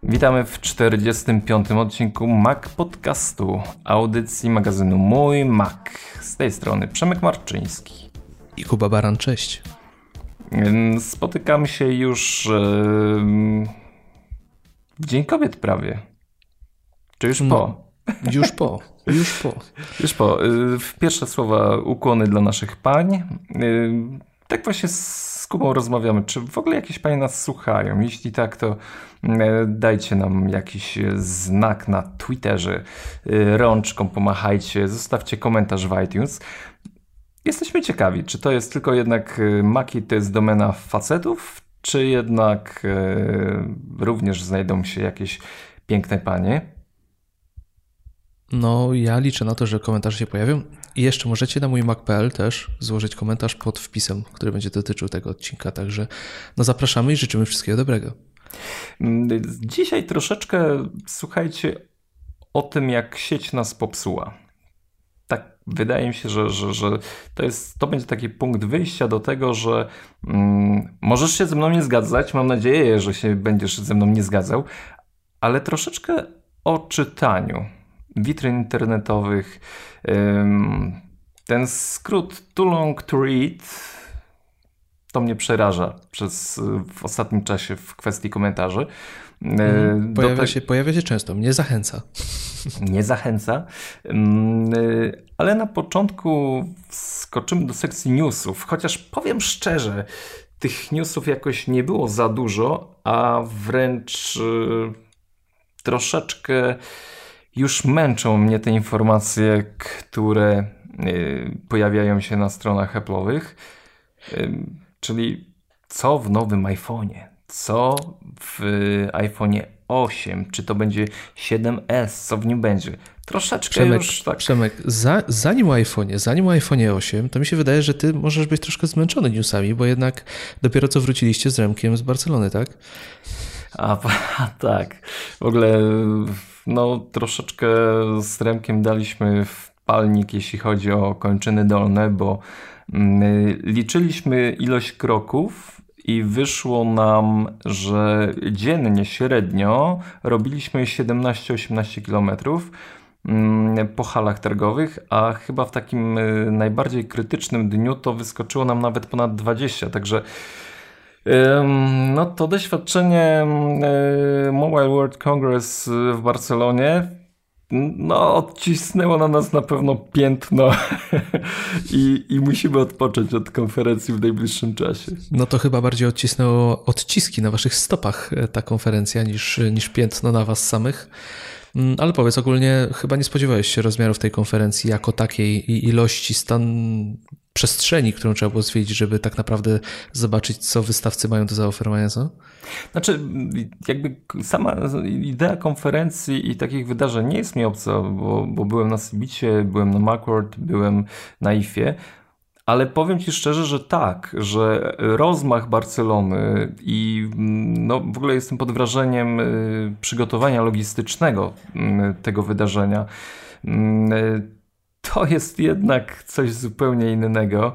Witamy w 45. odcinku Mac Podcastu, audycji magazynu Mój Mac. Z tej strony Przemek Marczyński i Kuba Baran, cześć. Spotykamy się już w Dzień Kobiet prawie. Czy już po? Już po. Pierwsze słowa ukłony dla naszych pań. Tak właśnie z Kubą rozmawiamy, czy w ogóle jakieś panie nas słuchają? Jeśli tak, to dajcie nam jakiś znak na Twitterze, rączką pomachajcie, zostawcie komentarz w iTunes. Jesteśmy ciekawi, czy to jest tylko jednak Maki to jest domena facetów, czy jednak również znajdą się jakieś piękne panie? No, ja liczę na to, że komentarze się pojawią i jeszcze możecie na mój mac.pl też złożyć komentarz pod wpisem, który będzie dotyczył tego odcinka, także no zapraszamy i życzymy wszystkiego dobrego. Dzisiaj troszeczkę, słuchajcie, o tym, jak sieć nas popsuła. Tak, wydaje mi się, że to będzie taki punkt wyjścia do tego, że możesz się ze mną nie zgadzać, mam nadzieję, że się będziesz ze mną nie zgadzał, ale troszeczkę o czytaniu witryn internetowych. Ten skrót too long to read to mnie przeraża w ostatnim czasie w kwestii komentarzy. Pojawia się często, mnie zachęca. Nie zachęca, ale na początku skoczymy do sekcji newsów, chociaż powiem szczerze, tych newsów jakoś nie było za dużo, a wręcz troszeczkę już męczą mnie te informacje, które pojawiają się na stronach Apple'owych, czyli co w nowym iPhone'ie, co w iPhone'ie 8, czy to będzie 7S, co w nim będzie. Troszeczkę Przemek, już tak. Przemek, zanim o iPhone'ie 8, to mi się wydaje, że ty możesz być troszkę zmęczony newsami, bo jednak dopiero co wróciliście z Remkiem z Barcelony, tak? A tak, w ogóle no troszeczkę z Remkiem daliśmy wpalnik, jeśli chodzi o kończyny dolne, bo liczyliśmy ilość kroków i wyszło nam, że dziennie średnio robiliśmy 17-18 kilometrów po halach targowych, a chyba w takim najbardziej krytycznym dniu to wyskoczyło nam nawet ponad 20, także no to doświadczenie Mobile World Congress w Barcelonie no odcisnęło na nas na pewno piętno i musimy odpocząć od konferencji w najbliższym czasie. No to chyba bardziej odcisnęło odciski na waszych stopach ta konferencja niż piętno na was samych. Ale powiedz, ogólnie chyba nie spodziewałeś się rozmiarów tej konferencji jako takiej i ilości przestrzeni, którą trzeba było zwiedzić, żeby tak naprawdę zobaczyć, co wystawcy mają do zaoferowania, co? Znaczy, jakby sama idea konferencji i takich wydarzeń nie jest mi obca, bo byłem na Cybicie, byłem na Macworld, byłem na IFie, ale powiem Ci szczerze, że tak, że rozmach Barcelony i no w ogóle jestem pod wrażeniem przygotowania logistycznego tego wydarzenia. To jest jednak coś zupełnie innego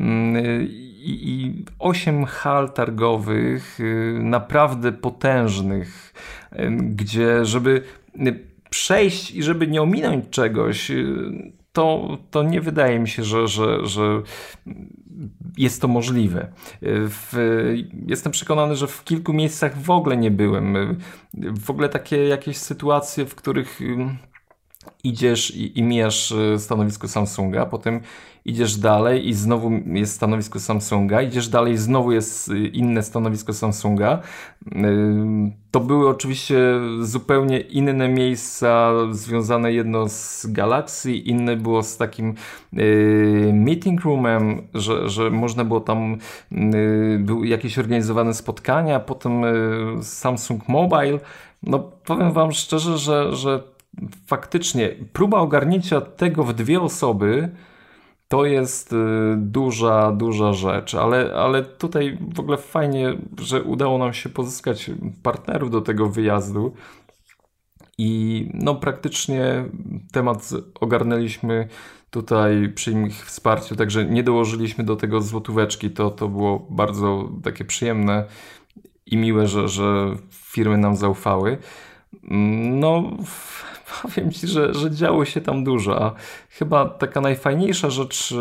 i 8 hal targowych naprawdę potężnych, gdzie żeby przejść i żeby nie ominąć czegoś, to nie wydaje mi się, że jest to możliwe. Jestem przekonany, że w kilku miejscach w ogóle nie byłem. W ogóle takie jakieś sytuacje, w których idziesz i mijasz stanowisko Samsunga, potem idziesz dalej i znowu jest stanowisko Samsunga, idziesz dalej i znowu jest inne stanowisko Samsunga. To były oczywiście zupełnie inne miejsca związane jedno z Galaxy, inne było z takim meeting roomem, że można było tam, były jakieś organizowane spotkania, potem Samsung Mobile. No powiem wam szczerze, że faktycznie próba ogarnięcia tego w dwie osoby to jest duża rzecz, ale tutaj w ogóle fajnie, że udało nam się pozyskać partnerów do tego wyjazdu i no praktycznie temat ogarnęliśmy tutaj przy ich wsparciu, także nie dołożyliśmy do tego złotóweczki, to było bardzo takie przyjemne i miłe, że firmy nam zaufały. No, powiem Ci, że działo się tam dużo, a chyba taka najfajniejsza rzecz,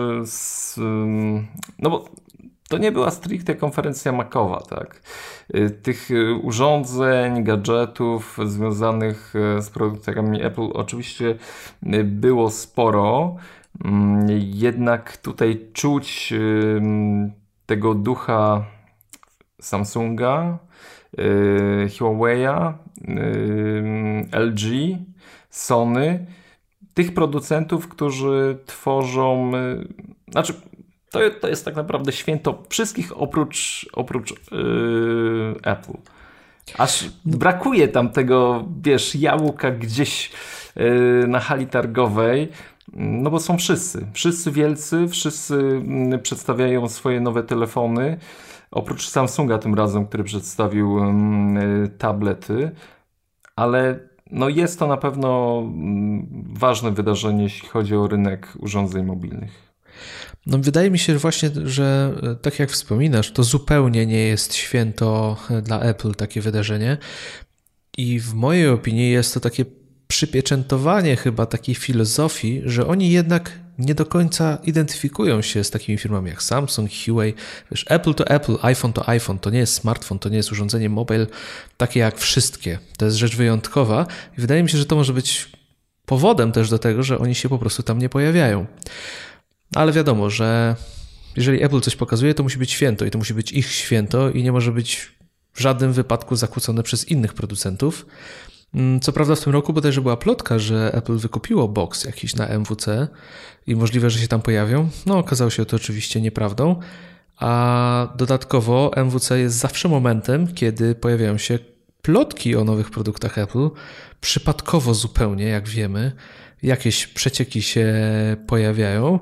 no bo to nie była stricte konferencja Macowa, tak? Tych urządzeń, gadżetów związanych z produktami Apple oczywiście było sporo, jednak tutaj czuć tego ducha Samsunga, Huawei'a, LG, Sony, tych producentów, którzy tworzą, znaczy to jest tak naprawdę święto wszystkich oprócz Apple. Aż brakuje tam tego, wiesz, jałka gdzieś na hali targowej, no bo są wszyscy wielcy, wszyscy przedstawiają swoje nowe telefony, oprócz Samsunga tym razem, który przedstawił tablety, ale no jest to na pewno ważne wydarzenie, jeśli chodzi o rynek urządzeń mobilnych. No wydaje mi się właśnie, że tak jak wspominasz, to zupełnie nie jest święto dla Apple takie wydarzenie i w mojej opinii jest to takie przypieczętowanie chyba takiej filozofii, że oni jednak nie do końca identyfikują się z takimi firmami jak Samsung, Huawei. Wiesz, Apple to Apple, iPhone to iPhone, to nie jest smartfon, to nie jest urządzenie mobile takie jak wszystkie. To jest rzecz wyjątkowa i wydaje mi się, że to może być powodem też do tego, że oni się po prostu tam nie pojawiają. Ale wiadomo, że jeżeli Apple coś pokazuje, to musi być święto i to musi być ich święto i nie może być w żadnym wypadku zakłócone przez innych producentów. Co prawda w tym roku bodajże była plotka, że Apple wykupiło box jakiś na MWC i możliwe, że się tam pojawią. No okazało się to oczywiście nieprawdą, a dodatkowo MWC jest zawsze momentem, kiedy pojawiają się plotki o nowych produktach Apple. Przypadkowo zupełnie, jak wiemy, jakieś przecieki się pojawiają.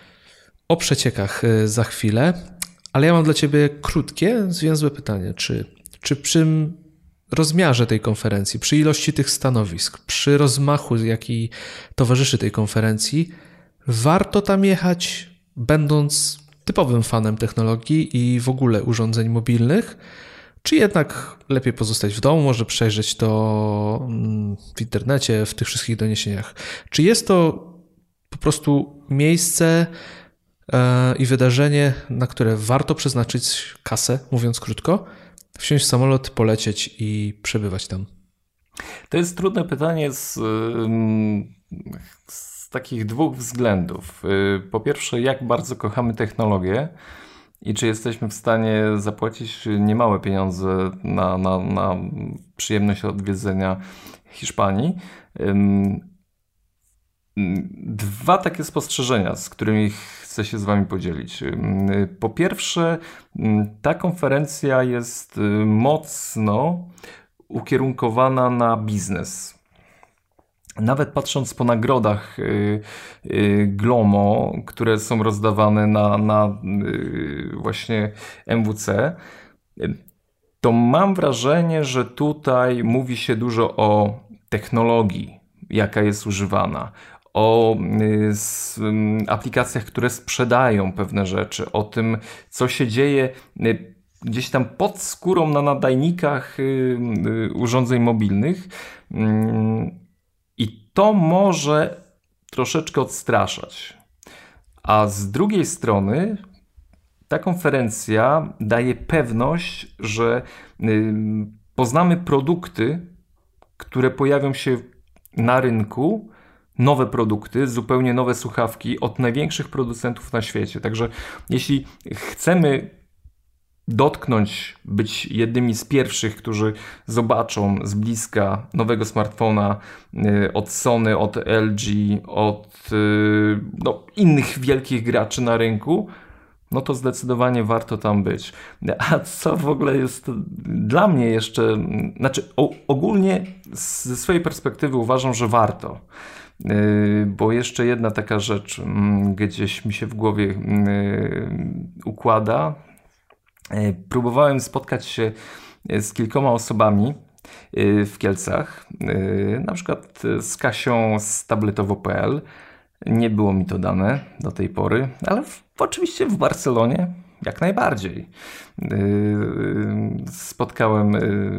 O przeciekach za chwilę, ale ja mam dla Ciebie krótkie, zwięzłe pytanie. Czy przy rozmiarze tej konferencji, przy ilości tych stanowisk, przy rozmachu, jaki towarzyszy tej konferencji, warto tam jechać, będąc typowym fanem technologii i w ogóle urządzeń mobilnych, czy jednak lepiej pozostać w domu, może przejrzeć to w internecie, w tych wszystkich doniesieniach? Czy jest to po prostu miejsce i wydarzenie, na które warto przeznaczyć kasę, mówiąc krótko, wsiąść w samolot, polecieć i przebywać tam? To jest trudne pytanie z takich dwóch względów. Po pierwsze, jak bardzo kochamy technologię i czy jesteśmy w stanie zapłacić niemałe pieniądze na przyjemność odwiedzenia Hiszpanii. Dwa takie spostrzeżenia, z którymi chcę się z Wami podzielić. Po pierwsze, ta konferencja jest mocno ukierunkowana na biznes. Nawet patrząc po nagrodach GLOMO, które są rozdawane na właśnie MWC, to mam wrażenie, że tutaj mówi się dużo o technologii, jaka jest używana, o aplikacjach, które sprzedają pewne rzeczy, o tym, co się dzieje gdzieś tam pod skórą na nadajnikach urządzeń mobilnych. I to może troszeczkę odstraszać. A z drugiej strony ta konferencja daje pewność, że poznamy produkty, które pojawią się na rynku, nowe produkty, zupełnie nowe słuchawki od największych producentów na świecie. Także jeśli chcemy dotknąć, być jednymi z pierwszych, którzy zobaczą z bliska nowego smartfona od Sony, od LG, od innych wielkich graczy na rynku, no to zdecydowanie warto tam być. A co w ogóle jest dla mnie jeszcze, ogólnie ze swojej perspektywy uważam, że warto. Bo jeszcze jedna taka rzecz gdzieś mi się w głowie układa. Próbowałem spotkać się z kilkoma osobami w Kielcach, na przykład z Kasią z tabletowo.pl. Nie było mi to dane do tej pory, ale oczywiście w Barcelonie jak najbardziej. Spotkałem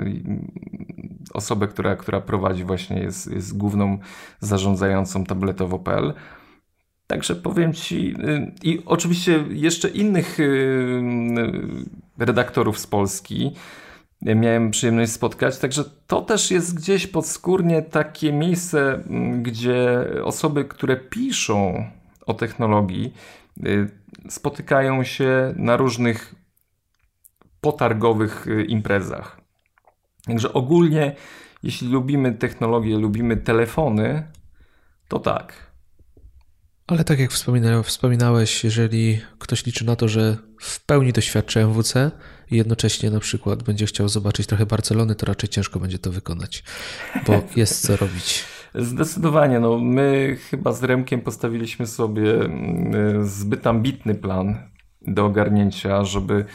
osobę, która prowadzi właśnie, jest główną zarządzającą tabletowo.pl. Także powiem Ci, i oczywiście jeszcze innych redaktorów z Polski miałem przyjemność spotkać, także to też jest gdzieś podskórnie takie miejsce, gdzie osoby, które piszą o technologii, spotykają się na różnych potargowych imprezach. Także ogólnie, jeśli lubimy technologię, lubimy telefony, to tak. Ale tak jak wspominałeś, jeżeli ktoś liczy na to, że w pełni doświadcza MWC i jednocześnie na przykład będzie chciał zobaczyć trochę Barcelony, to raczej ciężko będzie to wykonać, bo jest co robić. Zdecydowanie. No, my chyba z Remkiem postawiliśmy sobie zbyt ambitny plan do ogarnięcia, żeby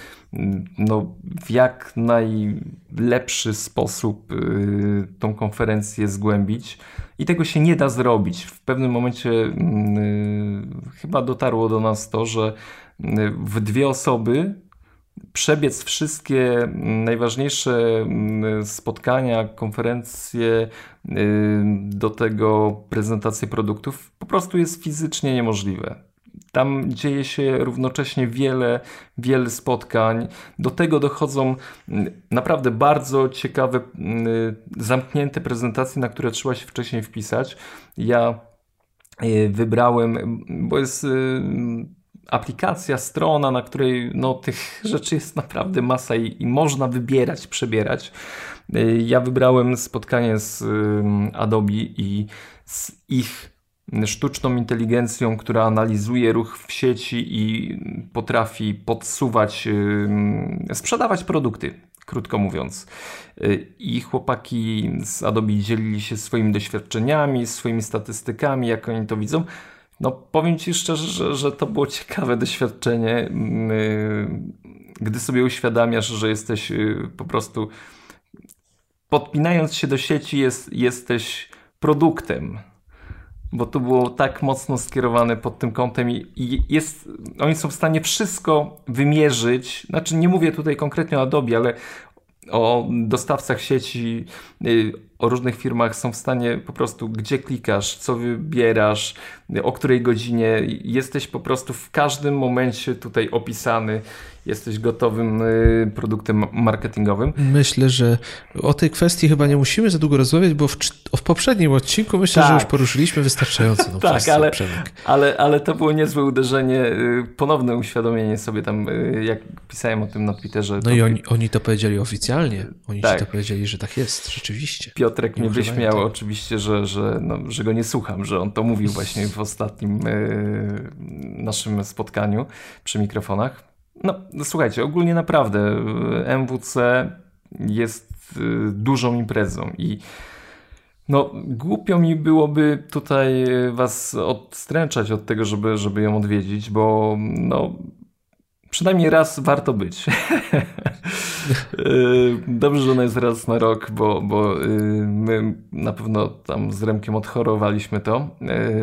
w jak najlepszy sposób tą konferencję zgłębić. I tego się nie da zrobić. W pewnym momencie chyba dotarło do nas to, że w 2 osoby przebiec wszystkie najważniejsze spotkania, konferencje, do tego prezentacje produktów po prostu jest fizycznie niemożliwe. Tam dzieje się równocześnie wiele spotkań. Do tego dochodzą naprawdę bardzo ciekawe, zamknięte prezentacje, na które trzeba się wcześniej wpisać. Ja wybrałem, bo jest aplikacja, strona, na której tych rzeczy jest naprawdę masa i można wybierać, przebierać. Ja wybrałem spotkanie z Adobe i z ich sztuczną inteligencją, która analizuje ruch w sieci i potrafi podsuwać, sprzedawać produkty, krótko mówiąc. I chłopaki z Adobe dzielili się swoimi doświadczeniami, swoimi statystykami, jak oni to widzą. Powiem Ci szczerze, że to było ciekawe doświadczenie, gdy sobie uświadamiasz, że jesteś po prostu, podpinając się do sieci, jesteś produktem. Bo to było tak mocno skierowane pod tym kątem i oni są w stanie wszystko wymierzyć. Znaczy nie mówię tutaj konkretnie o Adobe, ale o dostawcach sieci, o różnych firmach są w stanie po prostu, gdzie klikasz, co wybierasz, o której godzinie, jesteś po prostu w każdym momencie tutaj opisany, jesteś gotowym produktem marketingowym. Myślę, że o tej kwestii chyba nie musimy za długo rozmawiać, bo w poprzednim odcinku myślę, że już poruszyliśmy wystarczająco. Tak, ale to było niezłe uderzenie, ponowne uświadomienie sobie tam, jak pisałem o tym na Twitterze. No i oni to powiedzieli oficjalnie. Oni ci to powiedzieli, że tak jest, rzeczywiście. Piotrek mnie wyśmiał oczywiście, że go nie słucham, że on to mówił właśnie w ostatnim naszym spotkaniu przy mikrofonach. Słuchajcie, ogólnie naprawdę MWC jest dużą imprezą i głupio mi byłoby tutaj was odstręczać od tego, żeby ją odwiedzić, bo przynajmniej raz warto być. Dobrze, że ona jest raz na rok, bo my na pewno tam z Remkiem odchorowaliśmy to.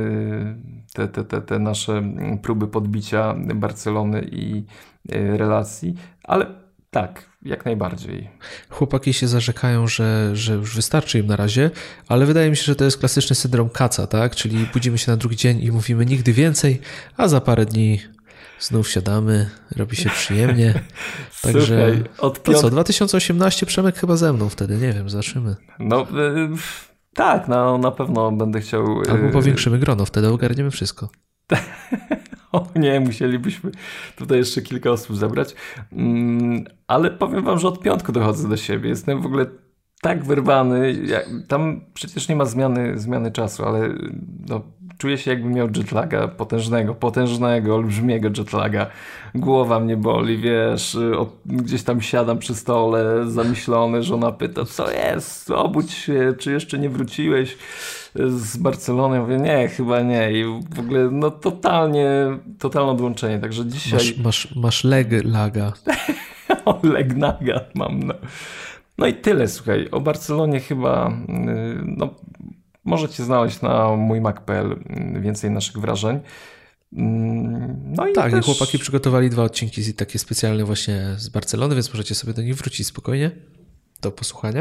Te nasze próby podbicia Barcelony i relacji, ale tak, jak najbardziej. Chłopaki się zarzekają, że już wystarczy im na razie, ale wydaje mi się, że to jest klasyczny syndrom kaca, tak? Czyli budzimy się na drugi dzień i mówimy nigdy więcej, a za parę dni znów siadamy, robi się przyjemnie. Także Słuchaj, co, 2018 Przemek chyba ze mną wtedy, nie wiem, zobaczymy. Tak, na pewno będę chciał... Albo powiększymy grono, wtedy ogarniemy wszystko. O nie, musielibyśmy tutaj jeszcze kilka osób zebrać. Ale powiem wam, że od piątku dochodzę do siebie. Jestem w ogóle tak wyrwany. Tam przecież nie ma zmiany czasu, ale czuję się, jakbym miał jetlaga potężnego, olbrzymiego jetlaga. Głowa mnie boli, wiesz, gdzieś tam siadam przy stole zamyślony, żona pyta, co jest, obudź się, czy jeszcze nie wróciłeś z Barcelony? Ja mówię, nie, chyba nie. I w ogóle, totalne odłączenie, także dzisiaj... Masz leg laga. Legnaga mam, No i tyle, słuchaj, o Barcelonie chyba, możecie znaleźć na mójmac.pl więcej naszych wrażeń. No i tak, też... i chłopaki przygotowali 2 odcinki takie specjalne właśnie z Barcelony, więc możecie sobie do nich wrócić spokojnie do posłuchania.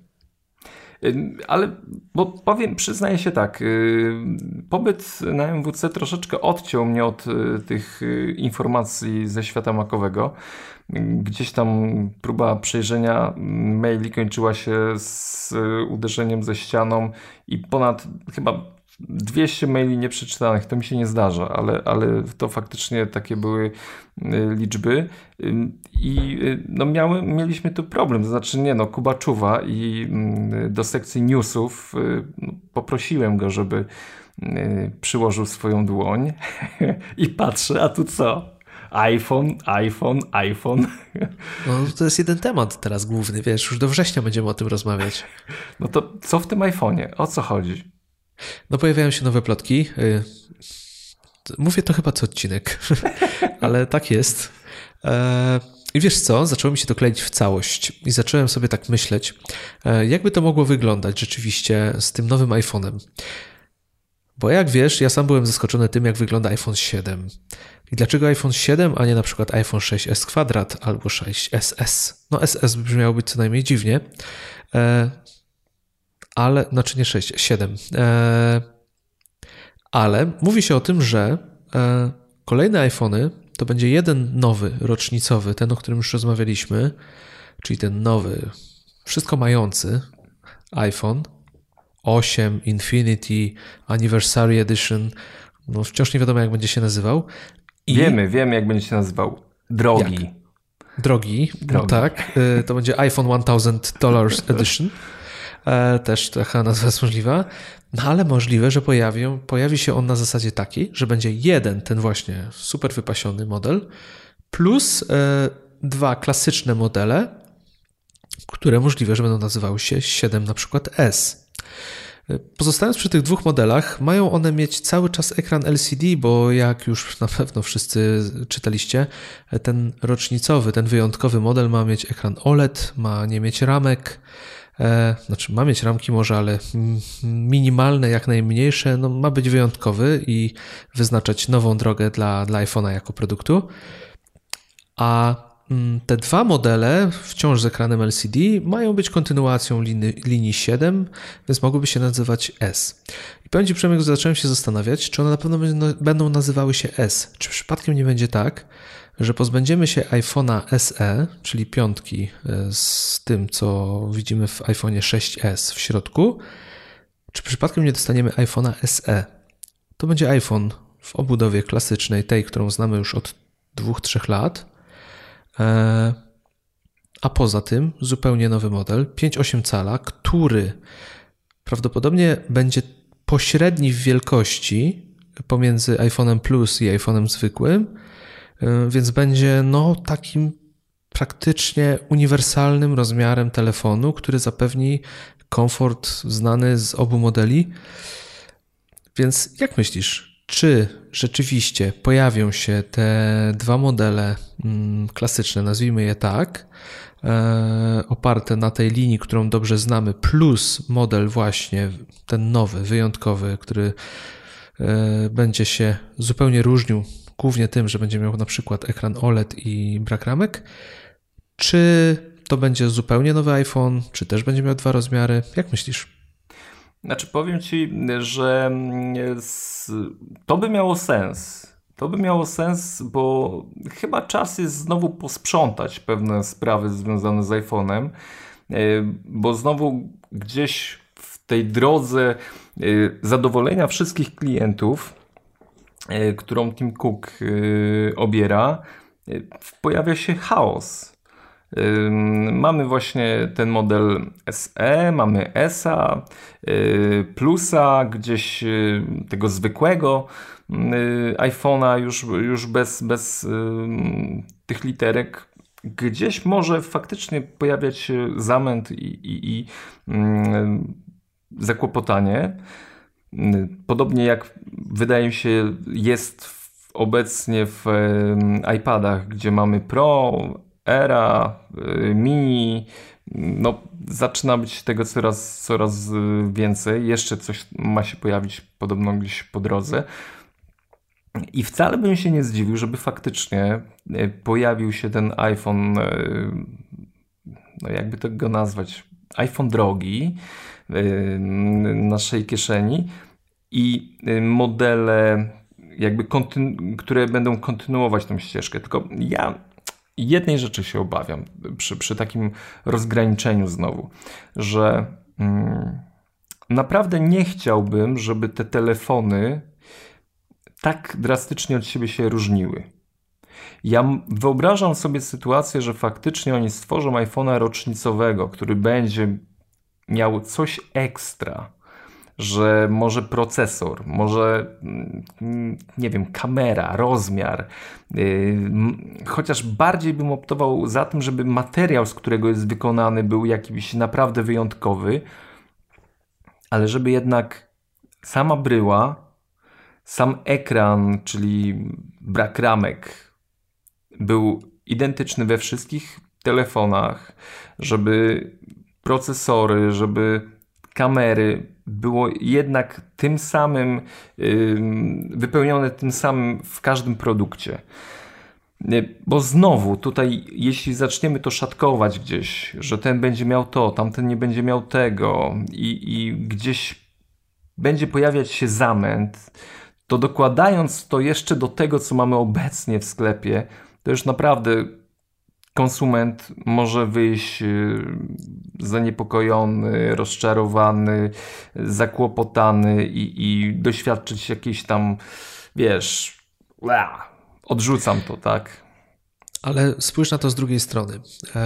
Ale, bo przyznaję się tak, pobyt na MWC troszeczkę odciął mnie od tych informacji ze świata makowego. Gdzieś tam próba przejrzenia maili kończyła się z uderzeniem ze ścianą i ponad chyba 200 maili nieprzeczytanych. To mi się nie zdarza, ale to faktycznie takie były liczby i no mieliśmy tu problem, to znaczy Kuba czuwa i do sekcji newsów poprosiłem go, żeby przyłożył swoją dłoń i patrzę, a tu co? iPhone. No to jest jeden temat teraz główny, wiesz, już do września będziemy o tym rozmawiać. No to co w tym iPhone'ie? O co chodzi? No pojawiają się nowe plotki. Mówię to chyba co odcinek, ale tak jest. I wiesz co, zaczęło mi się to kleić w całość i zacząłem sobie tak myśleć, jakby to mogło wyglądać rzeczywiście z tym nowym iPhone'em. Bo jak wiesz, ja sam byłem zaskoczony tym, jak wygląda iPhone 7. I dlaczego iPhone 7, a nie na przykład iPhone 6s Quadrat albo 6SS? No SS brzmiało być co najmniej dziwnie, ale, znaczy nie 6, 7. Ale mówi się o tym, że kolejne iPhony to będzie jeden nowy, rocznicowy, ten, o którym już rozmawialiśmy, czyli ten nowy, wszystko mający iPhone 8, Infinity, Anniversary Edition, no wciąż nie wiadomo jak będzie się nazywał. Wiemy jak będzie się nazywał. Drogi. Drogi. No tak. To będzie iPhone $1000 Edition. Też taka nazwa jest możliwa. No ale możliwe, że pojawi się on na zasadzie takiej, że będzie jeden, ten właśnie super wypasiony model, plus 2 klasyczne modele, które możliwe, że będą nazywały się 7 na przykład S. Pozostając przy tych 2 modelach, mają one mieć cały czas ekran LCD, bo jak już na pewno wszyscy czytaliście, ten rocznicowy, ten wyjątkowy model ma mieć ekran OLED, ma nie mieć ramek, znaczy ma mieć ramki może, ale minimalne, jak najmniejsze, no ma być wyjątkowy i wyznaczać nową drogę dla iPhone'a jako produktu. A te 2 modele, wciąż z ekranem LCD, mają być kontynuacją linii 7, więc mogłyby się nazywać S. I powiem Ci, Przemek, zacząłem się zastanawiać, czy one na pewno będą nazywały się S. Czy przypadkiem nie będzie tak, że pozbędziemy się iPhone'a SE, czyli 5 z tym, co widzimy w iPhone'ie 6s w środku, czy przypadkiem nie dostaniemy iPhone'a SE. To będzie iPhone w obudowie klasycznej, tej, którą znamy już od 2-3 lat, a poza tym zupełnie nowy model 5,8 cala, który prawdopodobnie będzie pośredni w wielkości pomiędzy iPhone'em Plus i iPhone'em zwykłym, więc będzie takim praktycznie uniwersalnym rozmiarem telefonu, który zapewni komfort znany z obu modeli. Więc jak myślisz, czy rzeczywiście pojawią się te 2 modele klasyczne, nazwijmy je tak, oparte na tej linii, którą dobrze znamy, plus model właśnie ten nowy, wyjątkowy, który będzie się zupełnie różnił, głównie tym, że będzie miał na przykład ekran OLED i brak ramek? Czy to będzie zupełnie nowy iPhone, czy też będzie miał 2 rozmiary? Jak myślisz? Znaczy powiem Ci, że to by miało sens. To by miało sens, bo chyba czas jest znowu posprzątać pewne sprawy związane z iPhone'em, bo znowu gdzieś w tej drodze zadowolenia wszystkich klientów, którą Tim Cook obiera, pojawia się chaos. Mamy właśnie ten model SE, mamy S-a, Plusa, gdzieś tego zwykłego iPhone'a już bez tych literek. Gdzieś może faktycznie pojawiać się zamęt i zakłopotanie. Podobnie jak wydaje mi się jest obecnie w iPadach, gdzie mamy Pro, Era, Mini, zaczyna być tego coraz więcej. Jeszcze coś ma się pojawić podobno gdzieś po drodze. I wcale bym się nie zdziwił, żeby faktycznie pojawił się ten iPhone, no jakby to go nazwać, iPhone drogi naszej kieszeni i modele jakby które będą kontynuować tą ścieżkę. Tylko ja jednej rzeczy się obawiam przy takim rozgraniczeniu znowu, że naprawdę nie chciałbym, żeby te telefony tak drastycznie od siebie się różniły. Ja wyobrażam sobie sytuację, że faktycznie oni stworzą iPhone'a rocznicowego, który będzie miał coś ekstra, że może procesor, może nie wiem, kamera, rozmiar, chociaż bardziej bym optował za tym, żeby materiał, z którego jest wykonany, był jakiś naprawdę wyjątkowy, ale żeby jednak sama bryła, sam ekran, czyli brak ramek, był identyczny we wszystkich telefonach, żeby procesory, żeby kamery było jednak tym samym, wypełnione tym samym w każdym produkcie. Bo znowu tutaj, jeśli zaczniemy to szatkować gdzieś, że ten będzie miał to, tamten nie będzie miał tego i gdzieś będzie pojawiać się zamęt, to dokładając to jeszcze do tego, co mamy obecnie w sklepie, to już naprawdę konsument może wyjść zaniepokojony, rozczarowany, zakłopotany i doświadczyć jakiejś tam, wiesz, odrzucam to, tak? Ale spójrz na to z drugiej strony.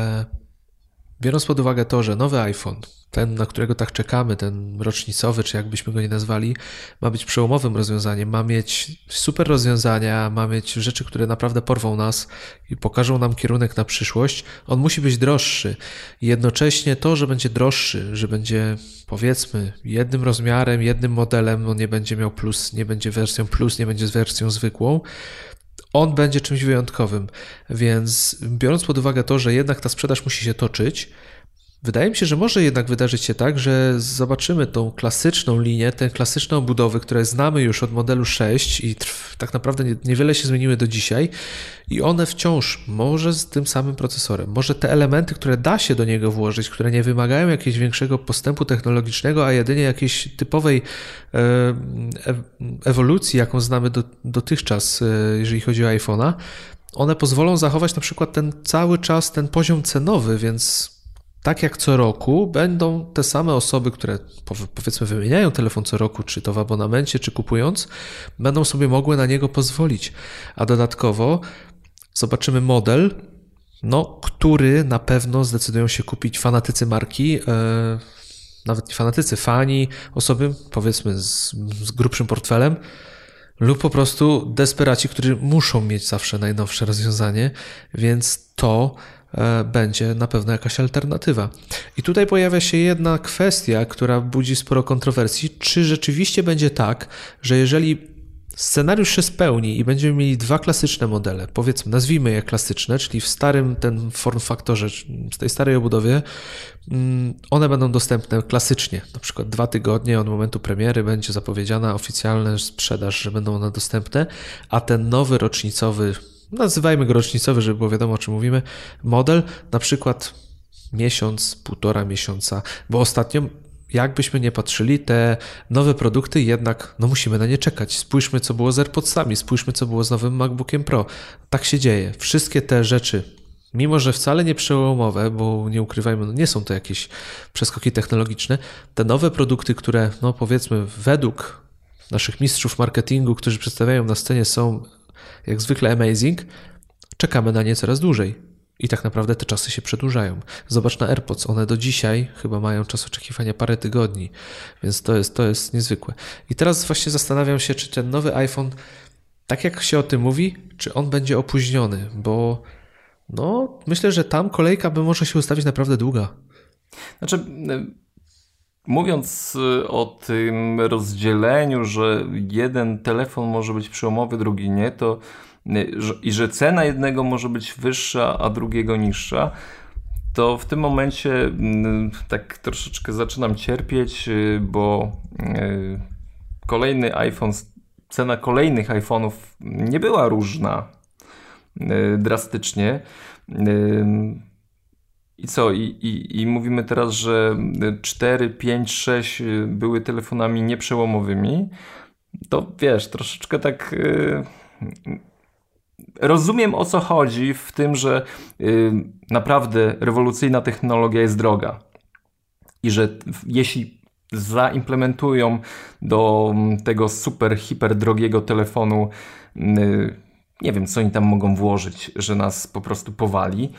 Biorąc pod uwagę to, że nowy iPhone, ten, na którego tak czekamy, ten rocznicowy, czy jakbyśmy go nie nazwali, ma być przełomowym rozwiązaniem, ma mieć super rozwiązania, ma mieć rzeczy, które naprawdę porwą nas i pokażą nam kierunek na przyszłość, on musi być droższy. I jednocześnie to, że będzie droższy, że będzie, powiedzmy, jednym rozmiarem, jednym modelem, on nie będzie miał plus, nie będzie wersją plus, nie będzie z wersją zwykłą, on będzie czymś wyjątkowym, więc biorąc pod uwagę to, że jednak ta sprzedaż musi się toczyć, wydaje mi się, że może jednak wydarzyć się tak, że zobaczymy tą klasyczną linię, tę klasyczną obudowy, które znamy już od modelu 6 i tak naprawdę niewiele się zmieniły do dzisiaj i one wciąż, może z tym samym procesorem, może te elementy, które da się do niego włożyć, które nie wymagają jakiegoś większego postępu technologicznego, a jedynie jakiejś typowej ewolucji, jaką znamy dotychczas, jeżeli chodzi o iPhone'a, one pozwolą zachować na przykład cały czas ten poziom cenowy, więc tak jak co roku będą te same osoby, które powiedzmy wymieniają telefon co roku, czy to w abonamencie, czy kupując, będą sobie mogły na niego pozwolić. A dodatkowo zobaczymy model, który na pewno zdecydują się kupić fanatycy marki, nawet nie fanatycy, fani, osoby powiedzmy z grubszym portfelem, lub po prostu desperaci, którzy muszą mieć zawsze najnowsze rozwiązanie, więc to będzie na pewno jakaś alternatywa. I tutaj pojawia się jedna kwestia, która budzi sporo kontrowersji. Czy rzeczywiście będzie tak, że jeżeli scenariusz się spełni i będziemy mieli dwa klasyczne modele, powiedzmy, nazwijmy je klasyczne, czyli w starym ten form faktorze, w tej starej obudowie, one będą dostępne klasycznie, na przykład 2 tygodnie od momentu premiery będzie zapowiedziana oficjalna sprzedaż, że będą one dostępne, a ten nowy rocznicowy, nazywajmy go rocznicowy, żeby było wiadomo, o czym mówimy, model, na przykład miesiąc, 1,5 miesiąca, bo ostatnio, jakbyśmy nie patrzyli, te nowe produkty jednak, musimy na nie czekać. Spójrzmy, co było z AirPodsami, spójrzmy, co było z nowym MacBookiem Pro. Tak się dzieje. Wszystkie te rzeczy, mimo że wcale nie przełomowe, bo nie ukrywajmy, nie są to jakieś przeskoki technologiczne, te nowe produkty, które, powiedzmy, według naszych mistrzów marketingu, którzy przedstawiają na scenie, są jak zwykle amazing, czekamy na nie coraz dłużej. I tak naprawdę te czasy się przedłużają. Zobacz na AirPods, one do dzisiaj chyba mają czas oczekiwania parę tygodni, więc to jest niezwykłe. I teraz właśnie zastanawiam się, czy ten nowy iPhone, tak jak się o tym mówi, czy on będzie opóźniony, bo myślę, że tam kolejka może się ustawić naprawdę długa. Znaczy, mówiąc o tym rozdzieleniu, że jeden telefon może być przełomowy, drugi nie, to i że cena jednego może być wyższa, a drugiego niższa, to w tym momencie tak troszeczkę zaczynam cierpieć, bo kolejny iPhone cena kolejnych iPhone'ów nie była różna drastycznie. I co? I mówimy teraz, że 4, 5, 6 były telefonami nieprzełomowymi. To wiesz, troszeczkę tak... Rozumiem, o co chodzi w tym, że naprawdę rewolucyjna technologia jest droga. I że jeśli zaimplementują do tego super, hiper drogiego telefonu, nie wiem, co oni tam mogą włożyć, że nas po prostu powali,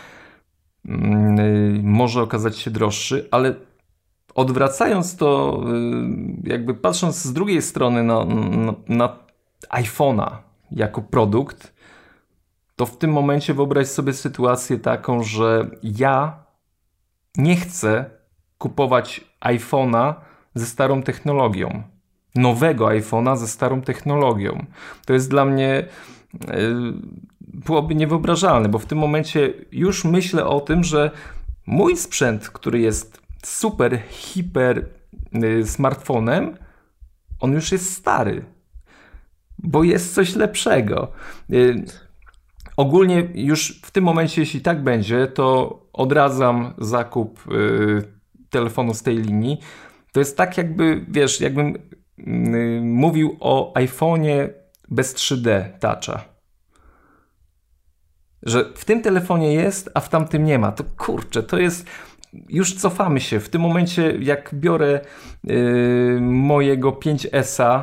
może okazać się droższy, ale odwracając to, jakby patrząc z drugiej strony na iPhone'a jako produkt, to w tym momencie wyobraź sobie sytuację taką, że ja nie chcę kupować iPhone'a ze starą technologią. Nowego iPhone'a ze starą technologią. To jest dla mnie byłoby niewyobrażalne, bo w tym momencie już myślę o tym, że mój sprzęt, który jest super, hiper smartfonem, on już jest stary, bo jest coś lepszego. Ogólnie już w tym momencie, jeśli tak będzie, to odradzam zakup telefonu z tej linii. To jest tak jakby, wiesz, jakbym mówił o iPhone'ie bez 3D Toucha. Że w tym telefonie jest, a w tamtym nie ma. To kurczę, to jest... Już cofamy się. W tym momencie, jak biorę mojego 5S-a,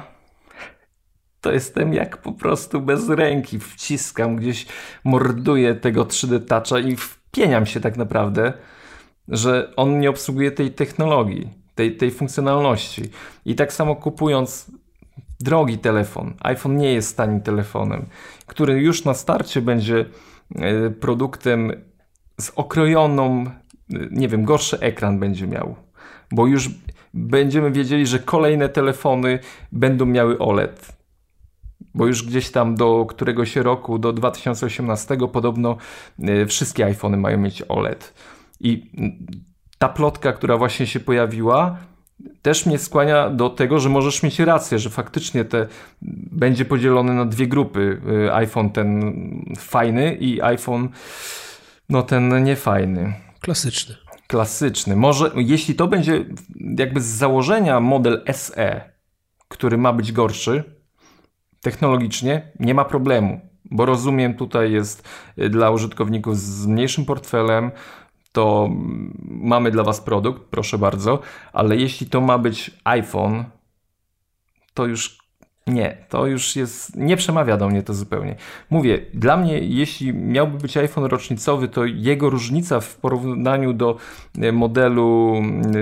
to jestem jak po prostu bez ręki. Wciskam gdzieś, morduję tego 3D Toucha i wpieniam się tak naprawdę, że on nie obsługuje tej technologii, tej funkcjonalności. I tak samo kupując drogi telefon, iPhone nie jest tanim telefonem, który już na starcie będzie produktem z okrojoną, nie wiem, gorszy ekran będzie miał, bo już będziemy wiedzieli, że kolejne telefony będą miały OLED. Bo już gdzieś tam do któregoś roku, do 2018 podobno wszystkie iPhony mają mieć OLED. I ta plotka, która właśnie się pojawiła, też mnie skłania do tego, że możesz mieć rację, że faktycznie będzie podzielony na dwie grupy. iPhone ten fajny i iPhone ten niefajny. Klasyczny. Może jeśli to będzie jakby z założenia model SE, który ma być gorszy technologicznie, nie ma problemu, bo rozumiem, tutaj jest dla użytkowników z mniejszym portfelem, to mamy dla was produkt, proszę bardzo, ale jeśli to ma być iPhone, to już nie, to już jest, nie przemawia do mnie to zupełnie. Mówię, dla mnie, jeśli miałby być iPhone rocznicowy, to jego różnica w porównaniu do modelu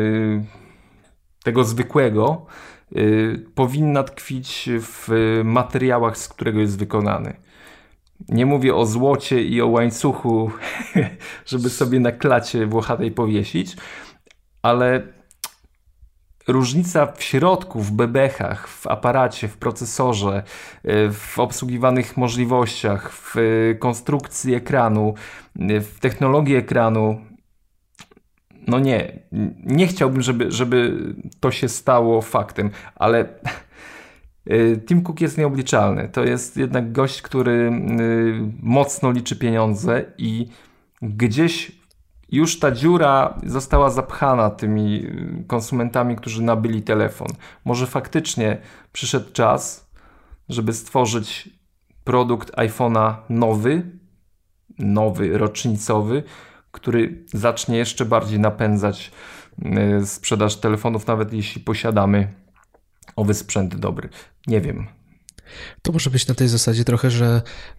tego zwykłego powinna tkwić w materiałach, z którego jest wykonany. Nie mówię o złocie i o łańcuchu, żeby sobie na klacie włochatej powiesić, ale różnica w środku, w bebechach, w aparacie, w procesorze, w obsługiwanych możliwościach, w konstrukcji ekranu, w technologii ekranu, no nie chciałbym, żeby to się stało faktem, ale Tim Cook jest nieobliczalny. To jest jednak gość, który mocno liczy pieniądze i gdzieś już ta dziura została zapchana tymi konsumentami, którzy nabyli telefon. Może faktycznie przyszedł czas, żeby stworzyć produkt iPhone'a nowy, rocznicowy, który zacznie jeszcze bardziej napędzać sprzedaż telefonów, nawet jeśli posiadamy owy sprzęt dobry. Nie wiem. To może być na tej zasadzie trochę, że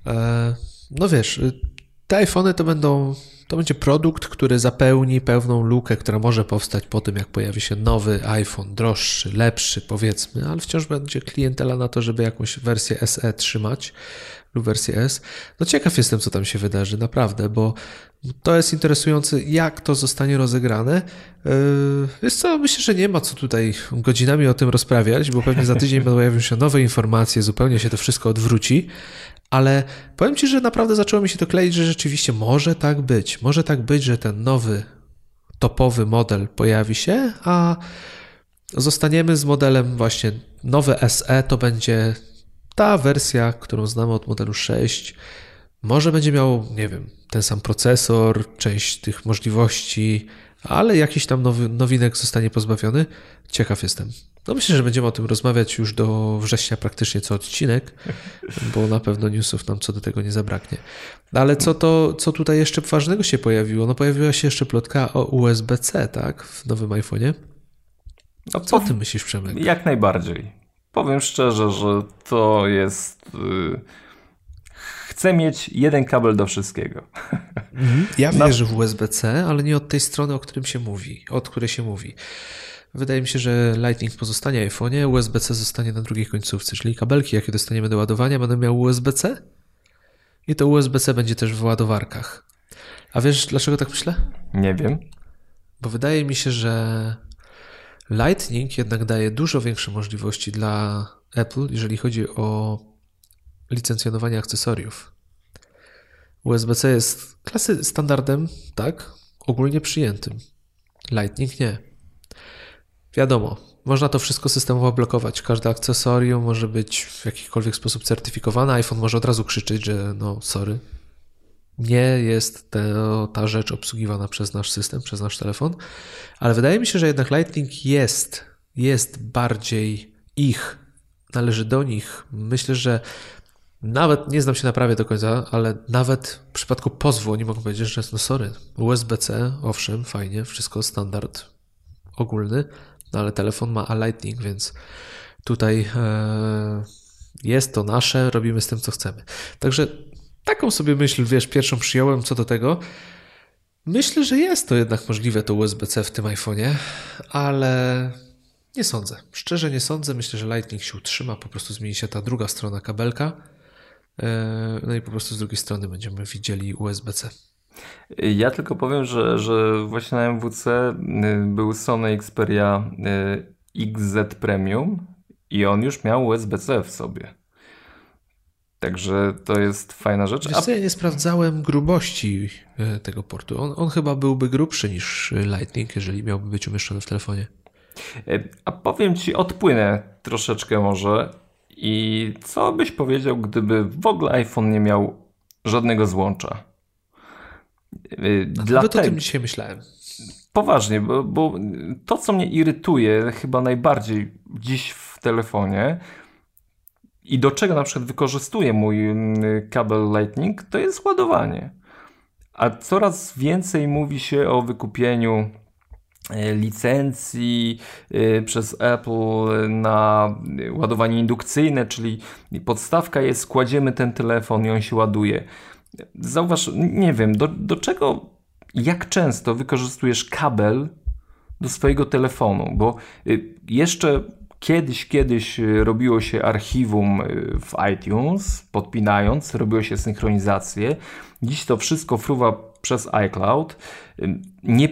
no wiesz, te iPhony to będzie produkt, który zapełni pewną lukę, która może powstać po tym, jak pojawi się nowy iPhone, droższy, lepszy powiedzmy, ale wciąż będzie klientela na to, żeby jakąś wersję SE trzymać lub wersję S. No ciekaw jestem, co tam się wydarzy, naprawdę, bo to jest interesujące, jak to zostanie rozegrane. Wiesz co, myślę, że nie ma co tutaj godzinami o tym rozprawiać, bo pewnie za tydzień pojawią się nowe informacje, zupełnie się to wszystko odwróci, ale powiem Ci, że naprawdę zaczęło mi się to kleić, że rzeczywiście może tak być. Może tak być, że ten nowy, topowy model pojawi się, a zostaniemy z modelem właśnie nowe SE, to będzie ta wersja, którą znamy od modelu 6, może będzie miał, nie wiem, ten sam procesor, część tych możliwości, ale jakiś tam nowinek zostanie pozbawiony. Ciekaw jestem. No myślę, że będziemy o tym rozmawiać już do września praktycznie co odcinek, bo na pewno newsów nam co do tego nie zabraknie. Ale co tutaj jeszcze ważnego się pojawiło? No pojawiła się jeszcze plotka o USB-C, tak? W nowym iPhone'ie. No, co o tym myślisz, Przemek? Jak najbardziej. Powiem szczerze, że to jest... Chcę mieć jeden kabel do wszystkiego. Ja wierzę w USB-C, ale nie od tej strony, od której się mówi. Wydaje mi się, że Lightning pozostanie w iPhone'ie, USB-C zostanie na drugiej końcówce, czyli kabelki, jakie dostaniemy do ładowania, będą miały USB-C i to USB-C będzie też w ładowarkach. A wiesz, dlaczego tak myślę? Nie wiem. Bo wydaje mi się, że Lightning jednak daje dużo większe możliwości dla Apple, jeżeli chodzi o licencjonowanie akcesoriów. USB-C jest standardem, tak, ogólnie przyjętym. Lightning nie. Wiadomo, można to wszystko systemowo blokować. Każde akcesorium może być w jakikolwiek sposób certyfikowane. iPhone może od razu krzyczeć, że no sorry, nie jest ta rzecz obsługiwana przez nasz system, przez nasz telefon. Ale wydaje mi się, że jednak Lightning jest bardziej ich, należy do nich. Myślę, że nawet, nie znam się na prawie do końca, ale nawet w przypadku pozwu oni mogą powiedzieć, że no sorry, USB-C, owszem, fajnie, wszystko standard ogólny, no ale telefon ma Lightning, więc tutaj jest to nasze, robimy z tym, co chcemy. Także taką sobie myśl, wiesz, pierwszą przyjąłem co do tego. Myślę, że jest to jednak możliwe, to USB-C w tym iPhone'ie, ale nie sądzę. Szczerze nie sądzę. Myślę, że Lightning się utrzyma, po prostu zmieni się ta druga strona kabelka, no i po prostu z drugiej strony będziemy widzieli USB-C. Ja tylko powiem, że właśnie na MWC był Sony Xperia XZ Premium i on już miał USB-C w sobie. Także to jest fajna rzecz. Wiesz co, ja nie sprawdzałem grubości tego portu. On chyba byłby grubszy niż Lightning, jeżeli miałby być umieszczony w telefonie. A powiem Ci, odpłynę troszeczkę może. I co byś powiedział, gdyby w ogóle iPhone nie miał żadnego złącza? Dlatego o tym dzisiaj myślałem. Poważnie, bo to, co mnie irytuje chyba najbardziej dziś w telefonie i do czego na przykład wykorzystuję mój kabel Lightning, to jest ładowanie. A coraz więcej mówi się o wykupieniu licencji przez Apple na ładowanie indukcyjne, czyli podstawka jest, kładziemy ten telefon i on się ładuje. Zauważ, nie wiem, do czego, jak często wykorzystujesz kabel do swojego telefonu, bo jeszcze kiedyś robiło się archiwum w iTunes, podpinając, robiło się synchronizację. Dziś to wszystko fruwa przez iCloud. Nie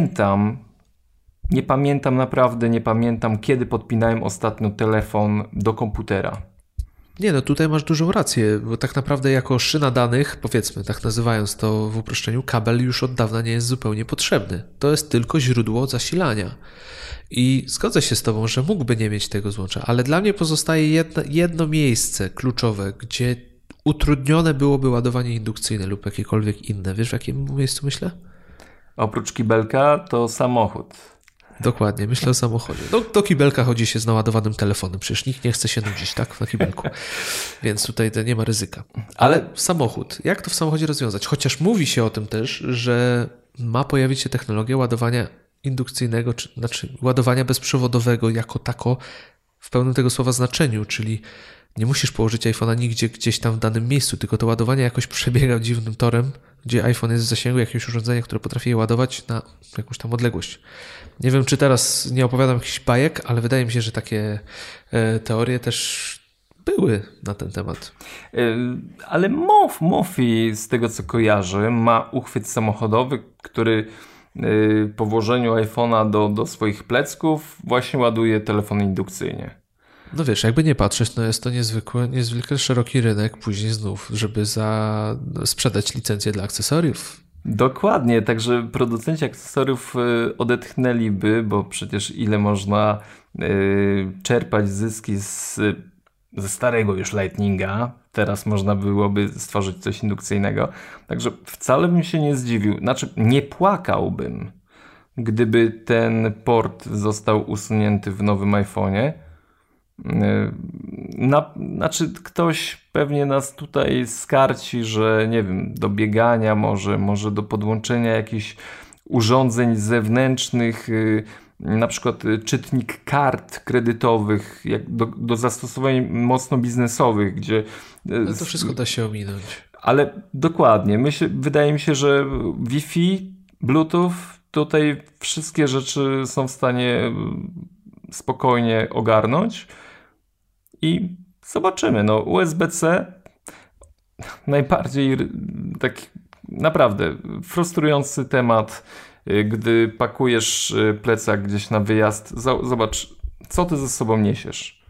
pamiętam, kiedy podpinałem ostatnio telefon do komputera. Nie, no tutaj masz dużą rację, bo tak naprawdę jako szyna danych, powiedzmy, tak nazywając to w uproszczeniu, kabel już od dawna nie jest zupełnie potrzebny. To jest tylko źródło zasilania. I zgodzę się z Tobą, że mógłby nie mieć tego złącza, ale dla mnie pozostaje jedno miejsce kluczowe, gdzie utrudnione byłoby ładowanie indukcyjne lub jakiekolwiek inne. Wiesz, w jakim miejscu myślę? Oprócz kibelka to samochód. Dokładnie, myślę o samochodzie. Do kibelka chodzi się z naładowanym telefonem, przecież nikt nie chce się nudzić, tak, na kibelku. Więc tutaj to nie ma ryzyka. Ale samochód, jak to w samochodzie rozwiązać? Chociaż mówi się o tym też, że ma pojawić się technologia ładowania indukcyjnego, znaczy ładowania bezprzewodowego jako tako w pełnym tego słowa znaczeniu, czyli nie musisz położyć iPhone'a nigdzie gdzieś tam w danym miejscu, tylko to ładowanie jakoś przebiega dziwnym torem, gdzie iPhone jest w zasięgu jakiegoś urządzenia, które potrafi je ładować na jakąś tam odległość. Nie wiem, czy teraz nie opowiadam jakichś bajek, ale wydaje mi się, że takie teorie też były na ten temat. Ale Mofi, z tego co kojarzy, ma uchwyt samochodowy, który po włożeniu iPhone'a do swoich plecków właśnie ładuje telefon indukcyjnie. No wiesz, jakby nie patrzeć, no jest to niezwykle szeroki rynek później znów, żeby sprzedać licencję dla akcesoriów. Dokładnie, także producenci akcesoriów odetchnęliby, bo przecież ile można czerpać zyski z ze starego już Lightninga. Teraz można byłoby stworzyć coś indukcyjnego. Także wcale bym się nie zdziwił. Znaczy, nie płakałbym, gdyby ten port został usunięty w nowym iPhone'ie. Znaczy, ktoś pewnie nas tutaj skarci, że nie wiem, do biegania może do podłączenia jakichś urządzeń zewnętrznych, na przykład czytnik kart kredytowych, jak do zastosowań mocno biznesowych, gdzie... No to wszystko da się ominąć. Ale dokładnie, wydaje mi się, że Wi-Fi, Bluetooth, tutaj wszystkie rzeczy są w stanie spokojnie ogarnąć i zobaczymy. No, USB-C najbardziej taki naprawdę frustrujący temat, gdy pakujesz plecak gdzieś na wyjazd. Zobacz, co ty ze sobą niesiesz.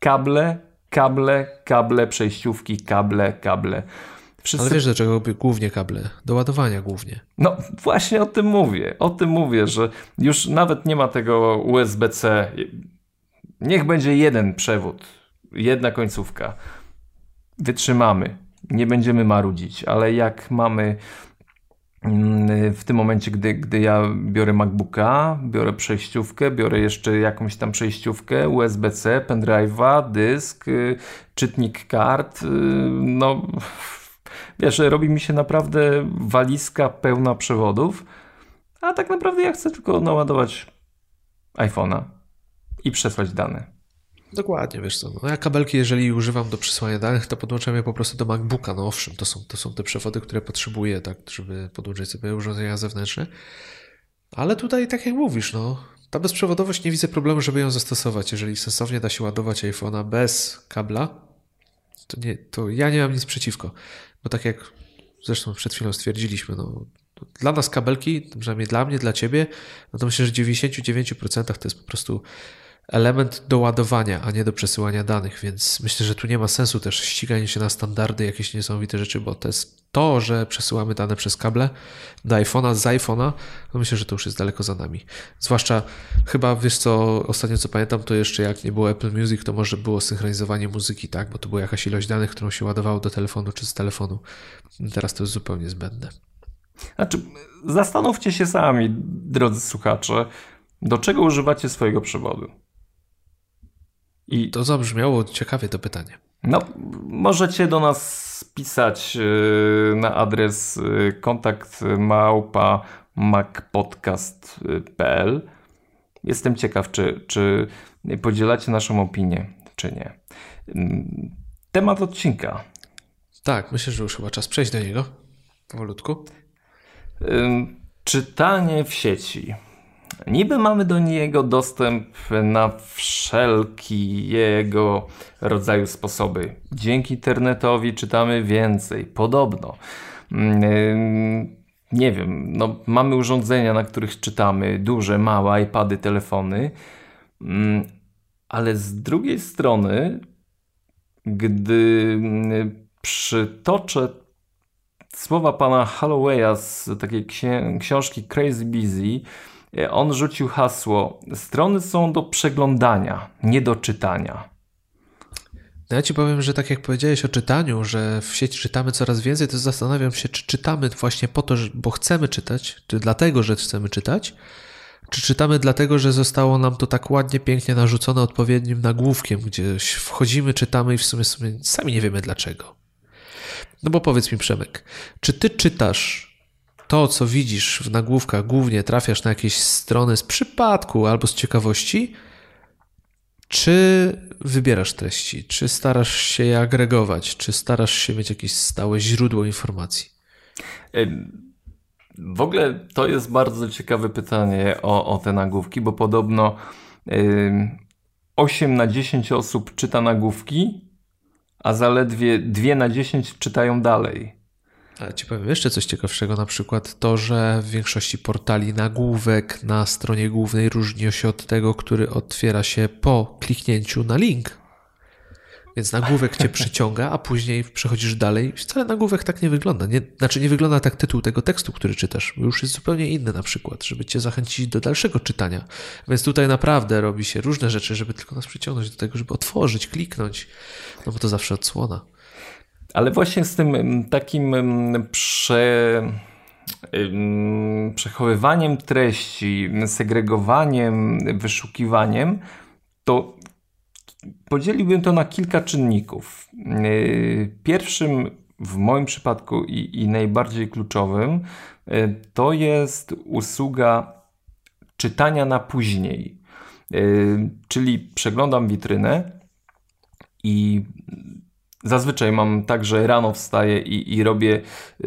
Kable, przejściówki, kable. Ale wiesz, do czego głównie kable? Do ładowania głównie. No właśnie o tym mówię, że już nawet nie ma tego USB-C. Niech będzie jeden przewód, jedna końcówka. Wytrzymamy, nie będziemy marudzić, ale jak mamy w tym momencie, gdy ja biorę MacBooka, biorę przejściówkę, biorę jeszcze jakąś tam przejściówkę, USB-C, pendrive'a, dysk, czytnik kart, no wiesz, robi mi się naprawdę walizka pełna przewodów, a tak naprawdę ja chcę tylko naładować iPhone'a i przesłać dane. Dokładnie, wiesz co, no ja kabelki, jeżeli używam do przesłania danych, to podłączam je po prostu do MacBooka, no owszem, to są te przewody, które potrzebuję, tak, żeby podłączyć sobie urządzenia zewnętrzne, ale tutaj, tak jak mówisz, no, ta bezprzewodowość, nie widzę problemu, żeby ją zastosować, jeżeli sensownie da się ładować iPhone'a bez kabla, to ja nie mam nic przeciwko, bo tak jak zresztą przed chwilą stwierdziliśmy, no, dla nas kabelki, przynajmniej dla mnie, dla ciebie, no to myślę, że w 99% to jest po prostu element do ładowania, a nie do przesyłania danych, więc myślę, że tu nie ma sensu też ściganie się na standardy, jakieś niesamowite rzeczy, bo to jest to, że przesyłamy dane przez kable do iPhone'a, z iPhone'a, to myślę, że to już jest daleko za nami. Zwłaszcza chyba, wiesz co, ostatnio co pamiętam, to jeszcze jak nie było Apple Music, to może było synchronizowanie muzyki, tak, bo to była jakaś ilość danych, którą się ładowało do telefonu czy z telefonu. Teraz to jest zupełnie zbędne. Znaczy, zastanówcie się sami, drodzy słuchacze, do czego używacie swojego przewodu. I to zabrzmiało ciekawie to pytanie. No, możecie do nas pisać na adres kontakt@macpodcast.pl. Jestem ciekaw, czy podzielacie naszą opinię, czy nie. Temat odcinka. Tak, myślę, że już chyba czas przejść do niego powolutku. Czytanie w sieci. Niby mamy do niego dostęp na wszelkiego rodzaju sposoby. Dzięki internetowi czytamy więcej. Podobno. Nie wiem, no, mamy urządzenia, na których czytamy. Duże, małe, iPady, telefony. Ale z drugiej strony, gdy przytoczę słowa pana Hollowaya z takiej książki Crazy Busy, on rzucił hasło: strony są do przeglądania, nie do czytania. No ja ci powiem, że tak jak powiedziałeś o czytaniu, że w sieci czytamy coraz więcej, to zastanawiam się, czy czytamy właśnie po to, bo chcemy czytać, czy dlatego, że chcemy czytać, czy czytamy dlatego, że zostało nam to tak ładnie, pięknie narzucone odpowiednim nagłówkiem, gdzie wchodzimy, czytamy i w sumie sami nie wiemy dlaczego. No bo powiedz mi, Przemek, czy ty czytasz to, co widzisz w nagłówkach, głównie trafiasz na jakieś strony z przypadku albo z ciekawości, czy wybierasz treści, czy starasz się je agregować, czy starasz się mieć jakieś stałe źródło informacji? W ogóle to jest bardzo ciekawe pytanie o te nagłówki, bo podobno 8 na 10 osób czyta nagłówki, a zaledwie 2 na 10 czytają dalej. Ale ci powiem jeszcze coś ciekawszego, na przykład to, że w większości portali nagłówek na stronie głównej różni się od tego, który otwiera się po kliknięciu na link. Więc nagłówek cię przyciąga, a później przechodzisz dalej. Wcale nagłówek tak nie wygląda. Nie wygląda tak tytuł tego tekstu, który czytasz. Już jest zupełnie inny na przykład, żeby cię zachęcić do dalszego czytania. Więc tutaj naprawdę robi się różne rzeczy, żeby tylko nas przyciągnąć do tego, żeby otworzyć, kliknąć. No bo to zawsze odsłona. Ale właśnie z tym takim przechowywaniem treści, segregowaniem, wyszukiwaniem, to podzieliłbym to na kilka czynników. Pierwszym w moim przypadku i najbardziej kluczowym to jest usługa czytania na później. Czyli przeglądam witrynę i zazwyczaj mam tak, że rano wstaję i robię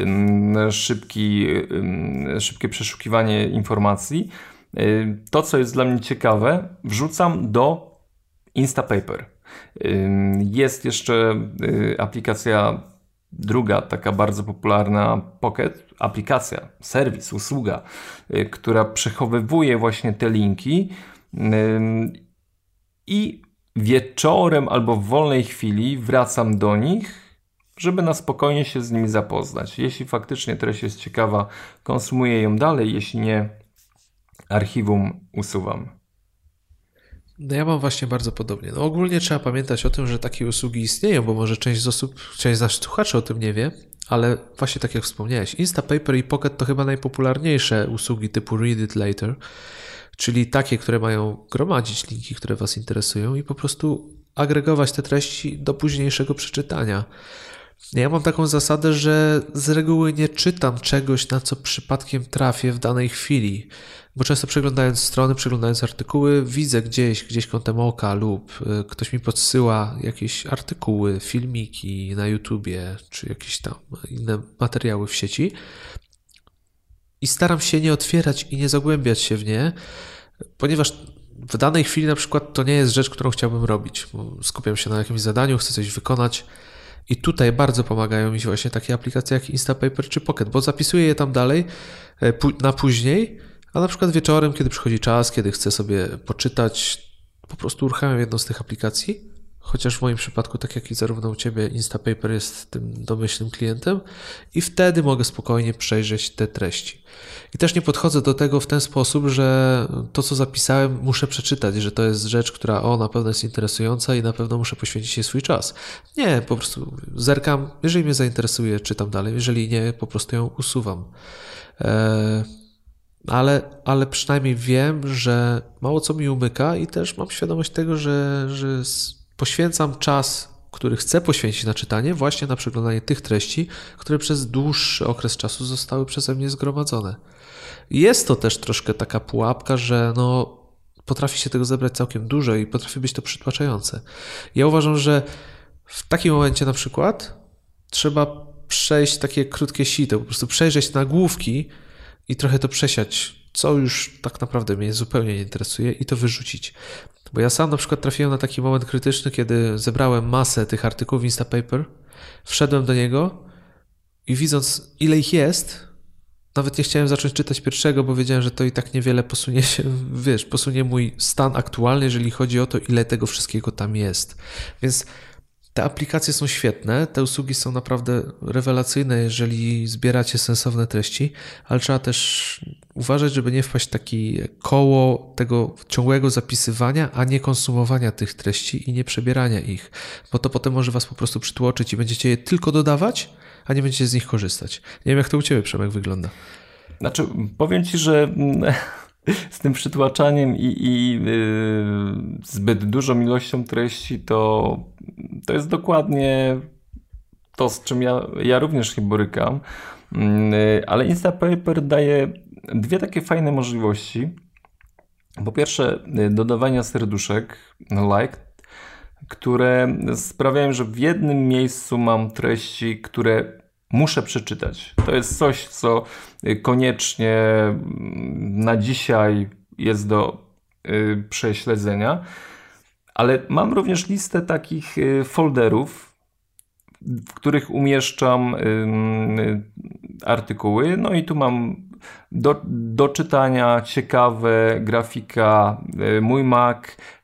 szybkie przeszukiwanie informacji. To, co jest dla mnie ciekawe, wrzucam do Instapaper. Jest jeszcze aplikacja druga, taka bardzo popularna, Pocket. Aplikacja, serwis, usługa, która przechowywuje właśnie te linki i wieczorem albo w wolnej chwili wracam do nich, żeby na spokojnie się z nimi zapoznać. Jeśli faktycznie treść jest ciekawa, konsumuję ją dalej, jeśli nie, archiwum usuwam. No ja mam właśnie bardzo podobnie. No ogólnie trzeba pamiętać o tym, że takie usługi istnieją, bo może część z naszych słuchaczy o tym nie wie, ale właśnie tak jak wspomniałeś, Instapaper i Pocket to chyba najpopularniejsze usługi typu Read It Later, czyli takie, które mają gromadzić linki, które Was interesują i po prostu agregować te treści do późniejszego przeczytania. Ja mam taką zasadę, że z reguły nie czytam czegoś, na co przypadkiem trafię w danej chwili, bo często przeglądając strony, przeglądając artykuły, widzę gdzieś kątem oka lub ktoś mi podsyła jakieś artykuły, filmiki na YouTubie, czy jakieś tam inne materiały w sieci i staram się nie otwierać i nie zagłębiać się w nie, ponieważ w danej chwili na przykład to nie jest rzecz, którą chciałbym robić, bo skupiam się na jakimś zadaniu, chcę coś wykonać. I tutaj bardzo pomagają mi właśnie takie aplikacje jak Instapaper czy Pocket, bo zapisuję je tam dalej na później, a na przykład wieczorem, kiedy przychodzi czas, kiedy chcę sobie poczytać, po prostu uruchamiam jedną z tych aplikacji, chociaż w moim przypadku, tak jak i zarówno u Ciebie, Instapaper jest tym domyślnym klientem i wtedy mogę spokojnie przejrzeć te treści. I też nie podchodzę do tego w ten sposób, że to, co zapisałem, muszę przeczytać, że to jest rzecz, która na pewno jest interesująca i na pewno muszę poświęcić jej swój czas. Nie, po prostu zerkam, jeżeli mnie zainteresuje, czytam dalej, jeżeli nie, po prostu ją usuwam. Ale przynajmniej wiem, że mało co mi umyka i też mam świadomość tego, że poświęcam czas, który chcę poświęcić na czytanie, właśnie na przeglądanie tych treści, które przez dłuższy okres czasu zostały przeze mnie zgromadzone. Jest to też troszkę taka pułapka, że potrafi się tego zebrać całkiem dużo i potrafi być to przytłaczające. Ja uważam, że w takim momencie na przykład trzeba przejść takie krótkie sito, po prostu przejrzeć nagłówki i trochę to przesiać, co już tak naprawdę mnie zupełnie nie interesuje i to wyrzucić. Bo ja sam na przykład trafiłem na taki moment krytyczny, kiedy zebrałem masę tych artykułów w Instapaper, wszedłem do niego i widząc ile ich jest, nawet nie chciałem zacząć czytać pierwszego, bo wiedziałem, że to i tak niewiele posunie się, posunie mój stan aktualny, jeżeli chodzi o to, ile tego wszystkiego tam jest. Więc te aplikacje są świetne, te usługi są naprawdę rewelacyjne, jeżeli zbieracie sensowne treści, ale trzeba też uważać, żeby nie wpaść w takie koło tego ciągłego zapisywania, a nie konsumowania tych treści i nie przebierania ich, bo to potem może was po prostu przytłoczyć i będziecie je tylko dodawać, a nie będziecie z nich korzystać. Nie wiem, jak to u Ciebie, Przemek, wygląda. Znaczy, powiem Ci, że z tym przytłaczaniem i zbyt dużą ilością treści to jest dokładnie to, z czym ja również się borykam. Ale Instapaper daje dwie takie fajne możliwości. Po pierwsze, dodawania serduszek, like, które sprawiają, że w jednym miejscu mam treści, które muszę przeczytać. To jest coś, co koniecznie na dzisiaj jest do prześledzenia, ale mam również listę takich folderów, w których umieszczam artykuły. No i tu mam do czytania, ciekawe, grafika, mój Mac,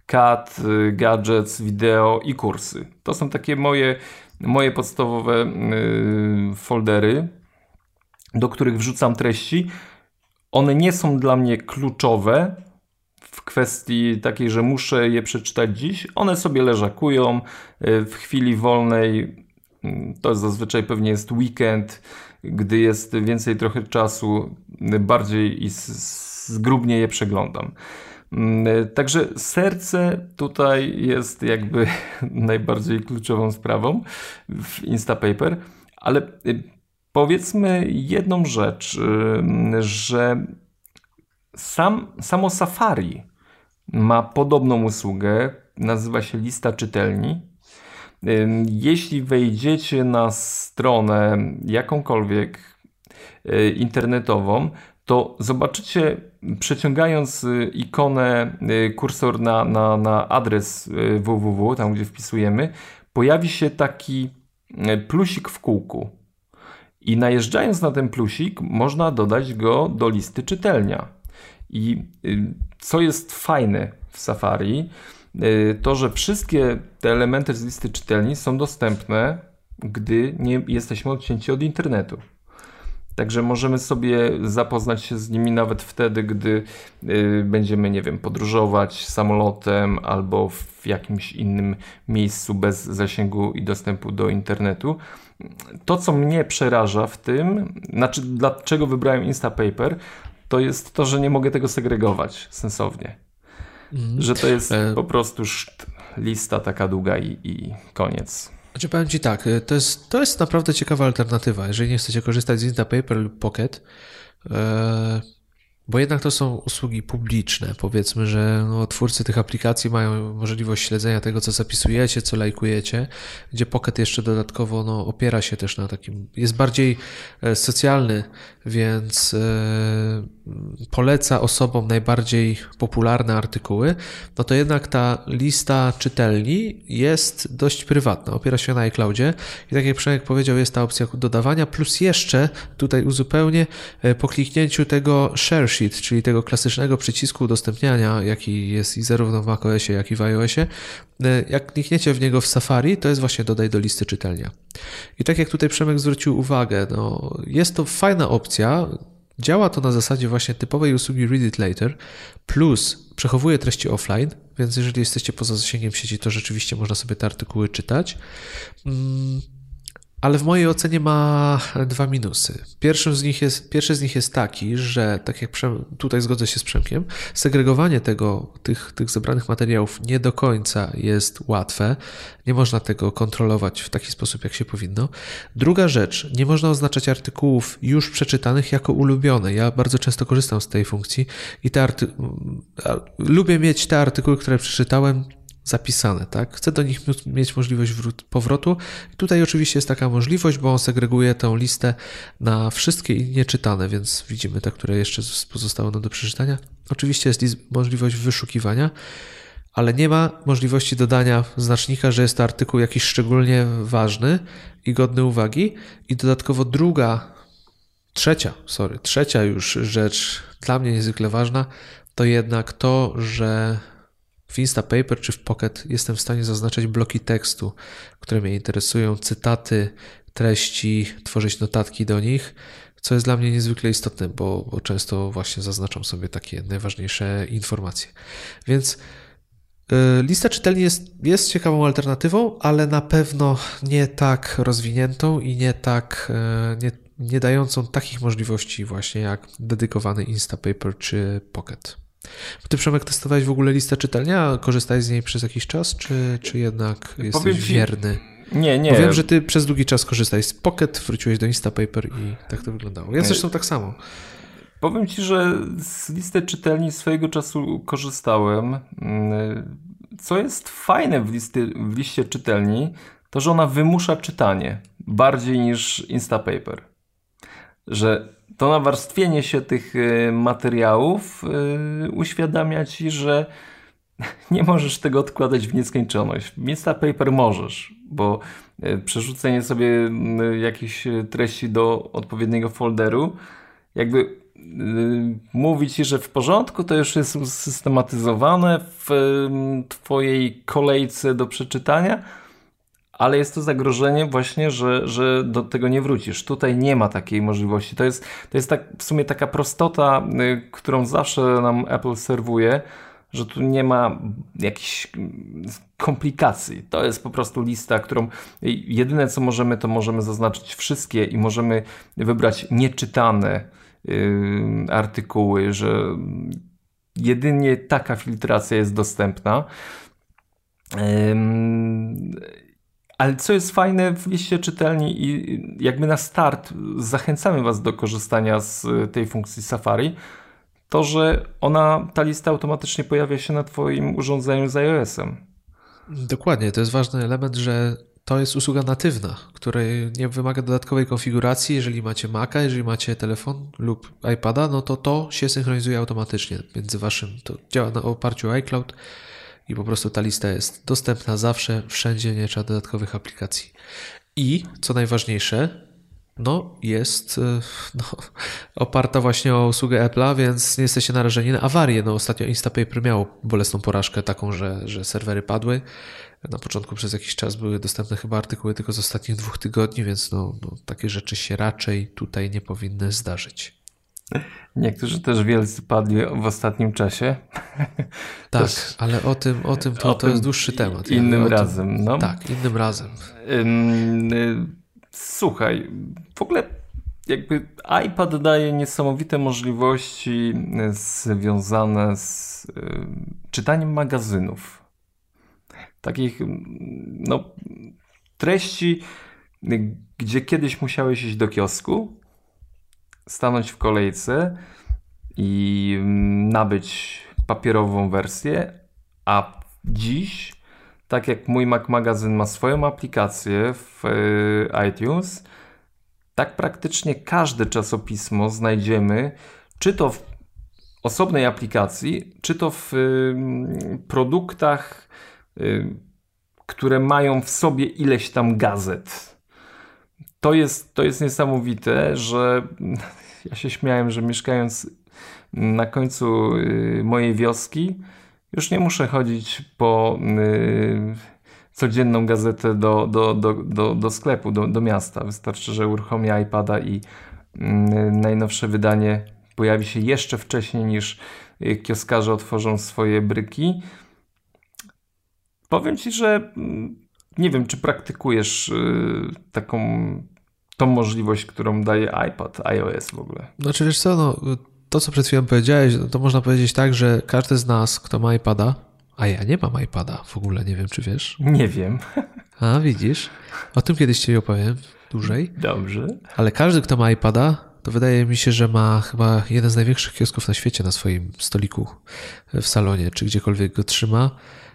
CAD, gadgets, wideo i kursy. To są takie moje podstawowe foldery, do których wrzucam treści. One nie są dla mnie kluczowe w kwestii takiej, że muszę je przeczytać dziś. One sobie leżakują w chwili wolnej. To zazwyczaj pewnie jest weekend, gdy jest więcej trochę czasu, bardziej i zgrubnie je przeglądam. Także serce tutaj jest jakby najbardziej kluczową sprawą w Instapaper, ale powiedzmy jedną rzecz, że samo Safari ma podobną usługę, nazywa się lista czytelni. Jeśli wejdziecie na stronę jakąkolwiek internetową, to zobaczycie, przeciągając ikonę, kursor na adres www, tam gdzie wpisujemy, pojawi się taki plusik w kółku. I najeżdżając na ten plusik, można dodać go do listy czytelnia. I co jest fajne w Safari, to, że wszystkie te elementy z listy czytelni są dostępne, gdy nie jesteśmy odcięci od internetu. Także możemy sobie zapoznać się z nimi nawet wtedy, gdy będziemy, nie wiem, podróżować samolotem albo w jakimś innym miejscu bez zasięgu i dostępu do internetu. To, co mnie przeraża w tym, znaczy dlaczego wybrałem Instapaper, to jest to, że nie mogę tego segregować sensownie. Że to jest po prostu lista taka długa i koniec. Znaczy powiem Ci tak, to jest naprawdę ciekawa alternatywa, jeżeli nie chcecie korzystać z Instapaper lub Pocket, bo jednak to są usługi publiczne. Powiedzmy, że twórcy tych aplikacji mają możliwość śledzenia tego, co zapisujecie, co lajkujecie, gdzie Pocket jeszcze dodatkowo opiera się też na takim, jest bardziej socjalny, więc poleca osobom najbardziej popularne artykuły, no to jednak ta lista czytelni jest dość prywatna, opiera się na iCloudzie i tak jak Przemek powiedział, jest ta opcja dodawania, plus jeszcze tutaj uzupełnię po kliknięciu tego share sheet, czyli tego klasycznego przycisku udostępniania, jaki jest i zarówno w macOSie, jak i w iOSie. Jak klikniecie w niego w Safari, to jest właśnie dodaj do listy czytelnia. I tak jak tutaj Przemek zwrócił uwagę, jest to fajna opcja, działa to na zasadzie właśnie typowej usługi Read It Later, plus przechowuje treści offline, więc jeżeli jesteście poza zasięgiem sieci, to rzeczywiście można sobie te artykuły czytać. Ale w mojej ocenie ma dwa minusy. Pierwszy z nich jest taki, że tak jak tutaj zgodzę się z Przemkiem, segregowanie tych zebranych materiałów nie do końca jest łatwe. Nie można tego kontrolować w taki sposób, jak się powinno. Druga rzecz, nie można oznaczać artykułów już przeczytanych jako ulubione. Ja bardzo często korzystam z tej funkcji i lubię mieć te artykuły, które przeczytałem, zapisane, tak? Chcę do nich mieć możliwość powrotu. I tutaj oczywiście jest taka możliwość, bo on segreguje tę listę na wszystkie i nieczytane, więc widzimy te, które jeszcze pozostały nam do przeczytania. Oczywiście jest możliwość wyszukiwania, ale nie ma możliwości dodania znacznika, że jest to artykuł jakiś szczególnie ważny i godny uwagi. I dodatkowo trzecia już rzecz dla mnie niezwykle ważna, to jednak to, że w Instapaper czy w Pocket jestem w stanie zaznaczać bloki tekstu, które mnie interesują, cytaty, treści, tworzyć notatki do nich, co jest dla mnie niezwykle istotne, bo często właśnie zaznaczam sobie takie najważniejsze informacje. Więc lista czytelni jest ciekawą alternatywą, ale na pewno nie tak rozwiniętą i nie dającą takich możliwości właśnie jak dedykowany Instapaper czy Pocket. Ty, Przemek, testowałeś w ogóle listę czytelnia? Korzystałeś z niej przez jakiś czas, czy jednak jesteś wierny? Nie. Bo wiem, że ty przez długi czas korzystałeeś z Pocket, wróciłeś do Instapaper i tak to wyglądało. Ja zresztą tak samo. Powiem Ci, że z listy czytelni swojego czasu korzystałem. Co jest fajne w liście czytelni, to że ona wymusza czytanie bardziej niż Instapaper. Że to nawarstwienie się tych materiałów uświadamia Ci, że nie możesz tego odkładać w nieskończoność. W Instapaper możesz, bo przerzucenie sobie jakichś treści do odpowiedniego folderu jakby mówi ci, że w porządku, to już jest usystematyzowane w twojej kolejce do przeczytania, ale jest to zagrożenie właśnie, że do tego nie wrócisz. Tutaj nie ma takiej możliwości. To jest tak w sumie taka prostota, którą zawsze nam Apple serwuje, że tu nie ma jakichś komplikacji. To jest po prostu lista, którą jedyne co możemy, to możemy zaznaczyć wszystkie i możemy wybrać nieczytane artykuły, że jedynie taka filtracja jest dostępna. Ale co jest fajne w liście czytelni i jakby na start zachęcamy Was do korzystania z tej funkcji Safari, to, że ta lista automatycznie pojawia się na Twoim urządzeniu z iOS-em. Dokładnie, to jest ważny element, że to jest usługa natywna, której nie wymaga dodatkowej konfiguracji. Jeżeli macie Maca, jeżeli macie telefon lub iPada, no to się synchronizuje automatycznie między waszym. To działa na oparciu o iCloud i po prostu ta lista jest dostępna zawsze, wszędzie, nie trzeba dodatkowych aplikacji. I co najważniejsze, jest oparta właśnie o usługę Apple'a, więc nie jesteście narażeni na awarię. Ostatnio Instapaper miało bolesną porażkę taką, że serwery padły. Na początku przez jakiś czas były dostępne chyba artykuły tylko z ostatnich 2 tygodni, więc takie rzeczy się raczej tutaj nie powinny zdarzyć. Niektórzy też wielcy padli w ostatnim czasie. Tak, też ale o tym to jest dłuższy temat. Innym razem. Tak, innym razem. Słuchaj, w ogóle jakby iPad daje niesamowite możliwości związane z czytaniem magazynów. Takich treści, gdzie kiedyś musiałeś iść do kiosku, stanąć w kolejce i nabyć papierową wersję, a dziś, tak jak mój Mac Magazyn ma swoją aplikację w iTunes, tak praktycznie każde czasopismo znajdziemy, czy to w osobnej aplikacji, czy to w produktach, które mają w sobie ileś tam gazet. To jest niesamowite, że ja się śmiałem, że mieszkając na końcu mojej wioski, już nie muszę chodzić po codzienną gazetę do sklepu, do miasta. Wystarczy, że uruchomię iPada i najnowsze wydanie pojawi się jeszcze wcześniej niż kioskarze otworzą swoje bryki. Powiem Ci, że nie wiem, czy praktykujesz tą możliwość, którą daje iPad, iOS w ogóle. Znaczy wiesz co, to co przed chwilą powiedziałeś, to można powiedzieć tak, że każdy z nas, kto ma iPada, a ja nie mam iPada w ogóle, nie wiem czy wiesz. Nie wiem. A widzisz, o tym kiedyś Ci opowiem dłużej. Dobrze. Ale każdy, kto ma iPada, to wydaje mi się, że ma chyba jeden z największych kiosków na świecie na swoim stoliku w salonie, czy gdziekolwiek go trzyma,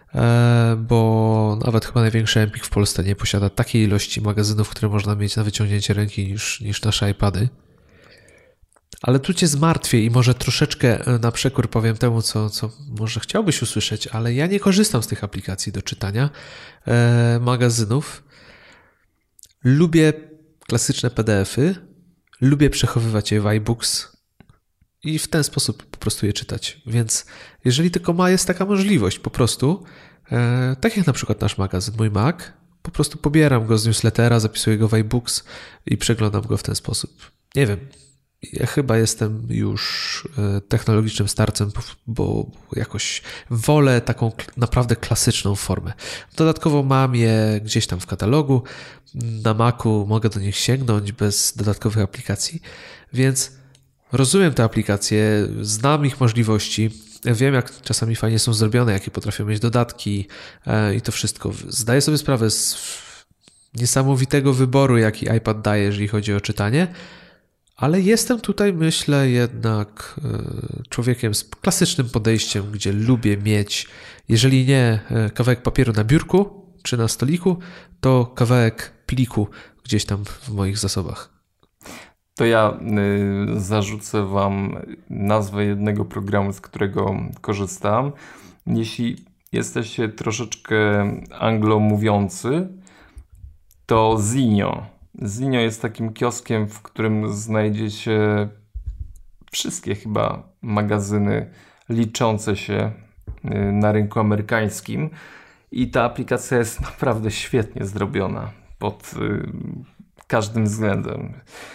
bo nawet chyba największy Empik w Polsce nie posiada takiej ilości magazynów, które można mieć na wyciągnięcie ręki niż nasze iPady. Ale tu Cię zmartwię i może troszeczkę na przekór powiem temu, co może chciałbyś usłyszeć, ale ja nie korzystam z tych aplikacji do czytania magazynów. Lubię klasyczne PDF-y, lubię przechowywać je w iBooks i w ten sposób po prostu je czytać. Więc jeżeli tylko jest taka możliwość po prostu, tak jak na przykład nasz magazyn, mój Mac, po prostu pobieram go z newslettera, zapisuję go w iBooks i przeglądam go w ten sposób. Nie wiem, ja chyba jestem już technologicznym starcem, bo jakoś wolę taką naprawdę klasyczną formę. Dodatkowo mam je gdzieś tam w katalogu, na Macu mogę do nich sięgnąć bez dodatkowych aplikacji, więc rozumiem te aplikacje, znam ich możliwości, wiem jak czasami fajnie są zrobione, jakie potrafią mieć dodatki i to wszystko. Zdaję sobie sprawę z niesamowitego wyboru, jaki iPad daje, jeżeli chodzi o czytanie, ale jestem tutaj, myślę, jednak człowiekiem z klasycznym podejściem, gdzie lubię mieć, jeżeli nie kawałek papieru na biurku czy na stoliku, to kawałek pliku gdzieś tam w moich zasobach. To ja zarzucę Wam nazwę jednego programu, z którego korzystam. Jeśli jesteście troszeczkę anglomówiący, to Zinio. Zinio jest takim kioskiem, w którym znajdziecie wszystkie chyba magazyny liczące się na rynku amerykańskim i ta aplikacja jest naprawdę świetnie zrobiona pod każdym względem.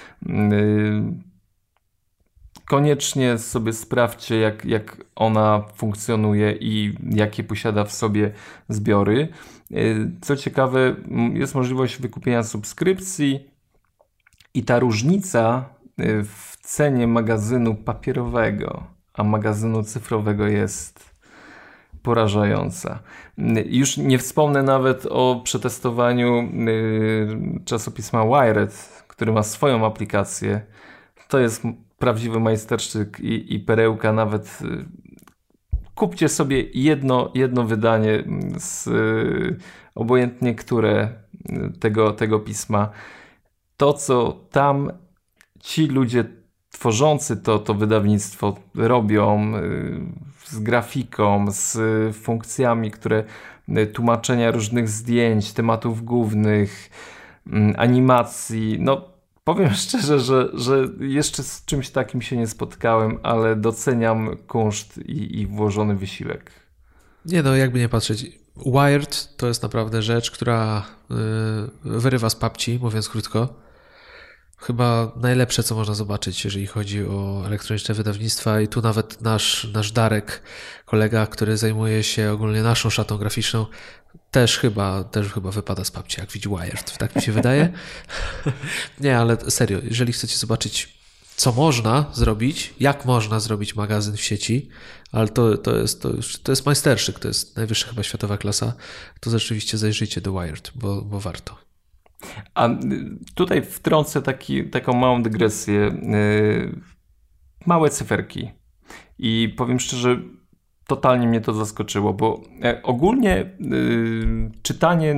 Koniecznie sobie sprawdźcie, jak ona funkcjonuje i jakie posiada w sobie zbiory. Co ciekawe, jest możliwość wykupienia subskrypcji i ta różnica w cenie magazynu papierowego, a magazynu cyfrowego jest porażająca. Już nie wspomnę nawet o przetestowaniu czasopisma Wired, który ma swoją aplikację. To jest prawdziwy majstersztyk i perełka. Nawet kupcie sobie jedno wydanie z obojętnie które tego pisma. To, co tam ci ludzie tworzący to wydawnictwo robią z grafiką, z funkcjami, tłumaczenia różnych zdjęć, tematów głównych, animacji. No, powiem szczerze, że jeszcze z czymś takim się nie spotkałem, ale doceniam kunszt i włożony wysiłek. Nie no, jakby nie patrzeć. Wired to jest naprawdę rzecz, która wyrywa z papci, mówiąc krótko. Chyba najlepsze, co można zobaczyć, jeżeli chodzi o elektroniczne wydawnictwa i tu nawet nasz Darek, kolega, który zajmuje się ogólnie naszą szatą graficzną, też chyba wypada z papci, jak widzi Wired. Tak mi się wydaje. Nie, ale serio, jeżeli chcecie zobaczyć, co można zrobić, jak można zrobić magazyn w sieci, ale to jest majsterszyk, to jest najwyższa chyba światowa klasa, to rzeczywiście zajrzyjcie do Wired, bo warto. A tutaj wtrącę taką małą dygresję. Małe cyferki. I powiem szczerze, totalnie mnie to zaskoczyło, bo ogólnie czytanie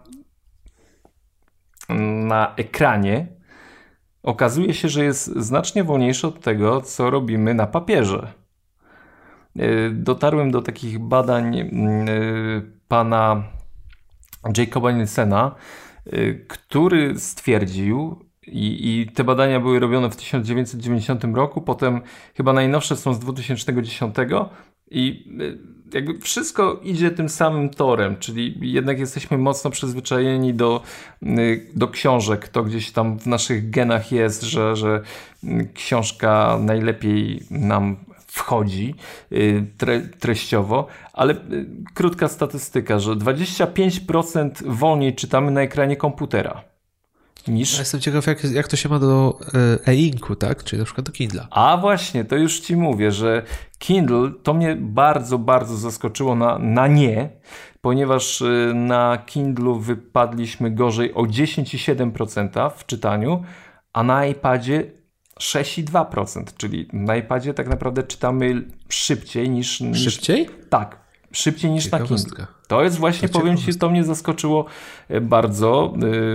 na ekranie okazuje się, że jest znacznie wolniejsze od tego, co robimy na papierze. Dotarłem do takich badań pana Jacoba Nielsena, który stwierdził, i te badania były robione w 1990 roku, potem chyba najnowsze są z 2010 i jakby wszystko idzie tym samym torem, czyli jednak jesteśmy mocno przyzwyczajeni do książek. To gdzieś tam w naszych genach jest, że książka najlepiej nam wchodzi treściowo, ale krótka statystyka, że 25% wolniej czytamy na ekranie komputera niż... Ja jestem ciekaw, jak to się ma do e-inku, tak? Czyli na przykład do Kindla. A właśnie, to już ci mówię, że Kindle to mnie bardzo, bardzo zaskoczyło na nie, ponieważ na Kindlu wypadliśmy gorzej o 10,7% w czytaniu, a na iPadzie 6,2%, czyli na iPadzie tak naprawdę czytamy szybciej niż... Szybciej? Tak, szybciej niż na Kindle. To jest właśnie, powiem ci, to mnie zaskoczyło bardzo.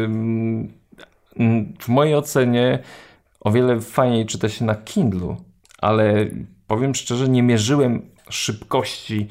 W mojej ocenie o wiele fajniej czyta się na Kindlu, ale powiem szczerze, nie mierzyłem szybkości,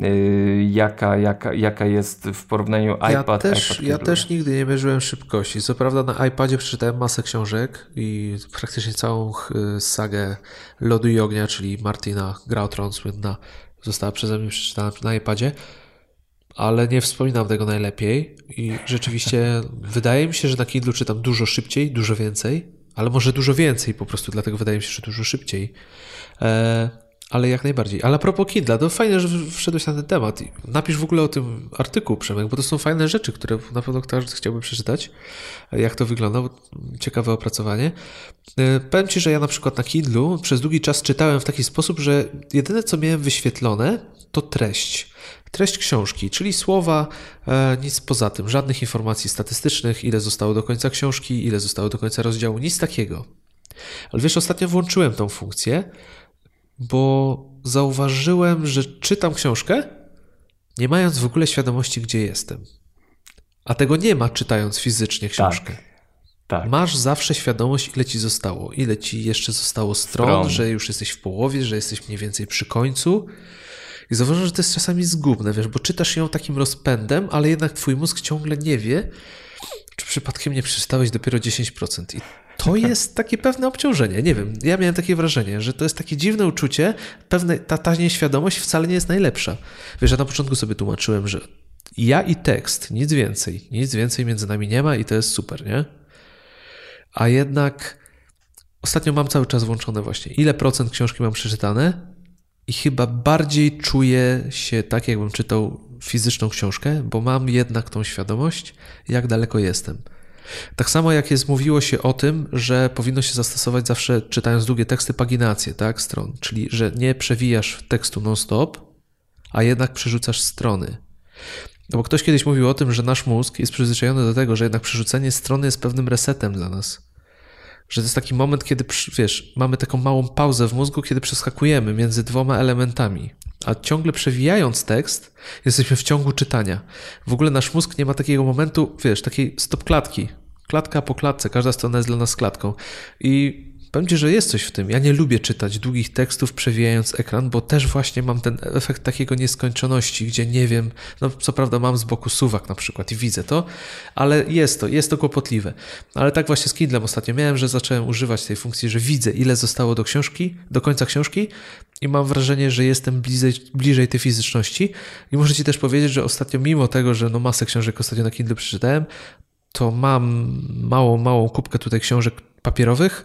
jaka jest w porównaniu iPad. Ja też nigdy nie mierzyłem szybkości. Co prawda na iPadzie przeczytałem masę książek i praktycznie całą sagę Lodu i Ognia, czyli Martina Grautron słynna, została przeze mnie przeczytana na iPadzie, ale nie wspominam tego najlepiej i rzeczywiście wydaje mi się, że na Kindlu czytam dużo szybciej, dużo więcej, ale może dużo więcej po prostu, dlatego wydaje mi się, że dużo szybciej. Ale jak najbardziej. Ale a propos Kindla, to fajne, że wszedłeś na ten temat. Napisz w ogóle o tym artykuł, Przemek, bo to są fajne rzeczy, które na pewno każdy chciałby przeczytać. Jak to wygląda, ciekawe opracowanie. Powiem Ci, że ja na przykład na Kindlu przez długi czas czytałem w taki sposób, że jedyne co miałem wyświetlone to treść. Treść książki, czyli słowa, nic poza tym. Żadnych informacji statystycznych, ile zostało do końca książki, ile zostało do końca rozdziału, nic takiego. Ale wiesz, ostatnio włączyłem tą funkcję, bo zauważyłem, że czytam książkę, nie mając w ogóle świadomości, gdzie jestem. A tego nie ma, czytając fizycznie książkę. Tak. Masz zawsze świadomość, ile ci zostało, ile ci jeszcze zostało stron, że już jesteś w połowie, że jesteś mniej więcej przy końcu. I zauważyłem, że to jest czasami zgubne, wiesz, bo czytasz ją takim rozpędem, ale jednak twój mózg ciągle nie wie, czy przypadkiem nie przeczytałeś dopiero 10%. I to jest takie pewne obciążenie. Nie wiem, ja miałem takie wrażenie, że to jest takie dziwne uczucie, ta nieświadomość wcale nie jest najlepsza. Wiesz, ja na początku sobie tłumaczyłem, że ja i tekst, nic więcej między nami nie ma i to jest super, nie? A jednak ostatnio mam cały czas włączone właśnie, ile procent książki mam przeczytane i chyba bardziej czuję się tak, jakbym czytał fizyczną książkę, bo mam jednak tą świadomość, jak daleko jestem. Tak samo jak mówiło się o tym, że powinno się zastosować zawsze, czytając długie teksty, paginację, tak, stron, czyli że nie przewijasz tekstu non-stop, a jednak przerzucasz strony. No bo ktoś kiedyś mówił o tym, że nasz mózg jest przyzwyczajony do tego, że jednak przerzucenie strony jest pewnym resetem dla nas. Że to jest taki moment, kiedy, wiesz, mamy taką małą pauzę w mózgu, kiedy przeskakujemy między dwoma elementami. A ciągle przewijając tekst, jesteśmy w ciągu czytania. W ogóle nasz mózg nie ma takiego momentu, wiesz, takiej stop klatki. Klatka po klatce, każda strona jest dla nas klatką. I powiem Ci, że jest coś w tym. Ja nie lubię czytać długich tekstów przewijając ekran, bo też właśnie mam ten efekt takiego nieskończoności, gdzie nie wiem, no co prawda mam z boku suwak na przykład i widzę to, ale jest to kłopotliwe. Ale tak właśnie z Kindlem ostatnio miałem, że zacząłem używać tej funkcji, że widzę, ile zostało do końca książki i mam wrażenie, że jestem bliżej tej fizyczności. I muszę Ci też powiedzieć, że ostatnio, mimo tego, że no masę książek ostatnio na Kindle przeczytałem, to mam małą kubkę tutaj książek papierowych,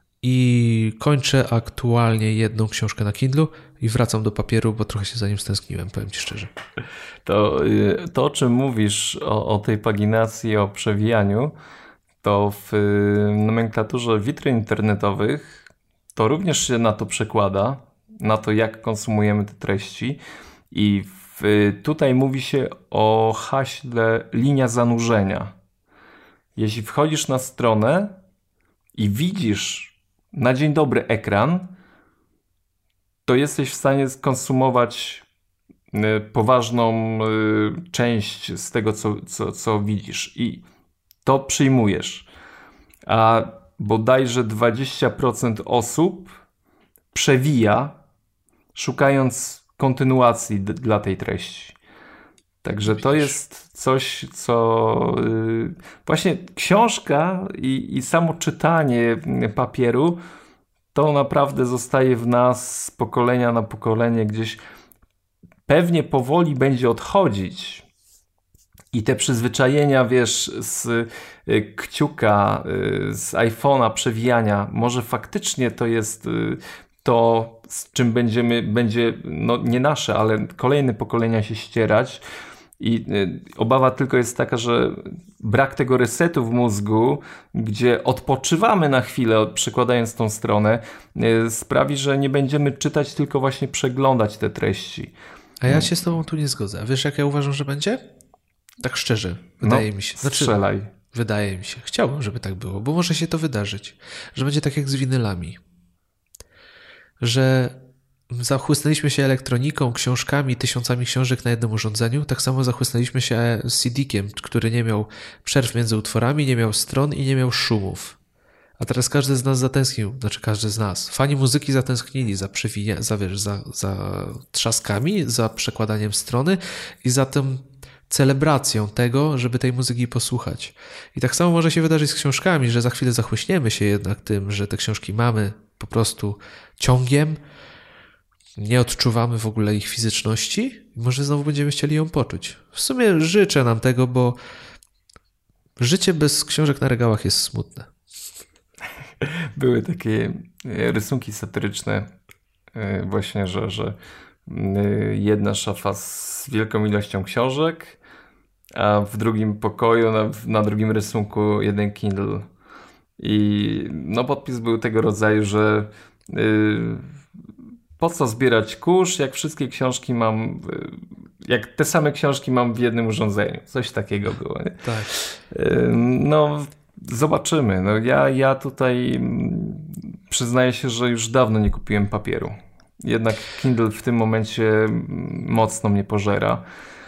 i kończę aktualnie jedną książkę na Kindlu i wracam do papieru, bo trochę się za nim stęskniłem, powiem Ci szczerze. To o czym mówisz, o tej paginacji, o przewijaniu, to w nomenklaturze witryn internetowych to również się na to przekłada, na to, jak konsumujemy te treści. I tutaj mówi się o haśle linia zanurzenia. Jeśli wchodzisz na stronę i widzisz na dzień dobry ekran, to jesteś w stanie skonsumować poważną część z tego, co widzisz i to przyjmujesz. A bodajże 20% osób przewija, szukając kontynuacji dla tej treści. Także to jest coś, co właśnie książka i samo czytanie papieru to naprawdę zostaje w nas z pokolenia na pokolenie, gdzieś pewnie powoli będzie odchodzić i te przyzwyczajenia, wiesz, z kciuka, z iPhone'a, przewijania, może faktycznie to jest to, z czym będzie no nie nasze, ale kolejne pokolenia się ścierać. I obawa tylko jest taka, że brak tego resetu w mózgu, gdzie odpoczywamy na chwilę, przekładając tą stronę, sprawi, że nie będziemy czytać, tylko właśnie przeglądać te treści. A ja się z tobą tu nie zgodzę. A wiesz, jak ja uważam, że będzie? Tak szczerze, wydaje mi się. Strzelaj. Wydaje mi się. Chciałbym, żeby tak było, bo może się to wydarzyć. Że będzie tak jak z winylami. Że zachłysnęliśmy się elektroniką, książkami, tysiącami książek na jednym urządzeniu. Tak samo zachłysnęliśmy się CD-kiem, który nie miał przerw między utworami, nie miał stron i nie miał szumów. A teraz każdy z nas zatęsknił, znaczy każdy z nas. Fani muzyki zatęsknili za trzaskami, za przekładaniem strony i za tą celebracją tego, żeby tej muzyki posłuchać. I tak samo może się wydarzyć z książkami, że za chwilę zachłyśniemy się jednak tym, że te książki mamy po prostu ciągiem, nie odczuwamy w ogóle ich fizyczności i może znowu będziemy chcieli ją poczuć. W sumie życzę nam tego, bo życie bez książek na regałach jest smutne. Były takie rysunki satyryczne właśnie, że jedna szafa z wielką ilością książek, a w drugim pokoju na drugim rysunku jeden Kindle. I no podpis był tego rodzaju, że po co zbierać kurz, jak wszystkie książki mam, jak te same książki mam w jednym urządzeniu. Coś takiego było. Nie? Tak. No zobaczymy. No, ja tutaj przyznaję się, że już dawno nie kupiłem papieru. Jednak Kindle w tym momencie mocno mnie pożera.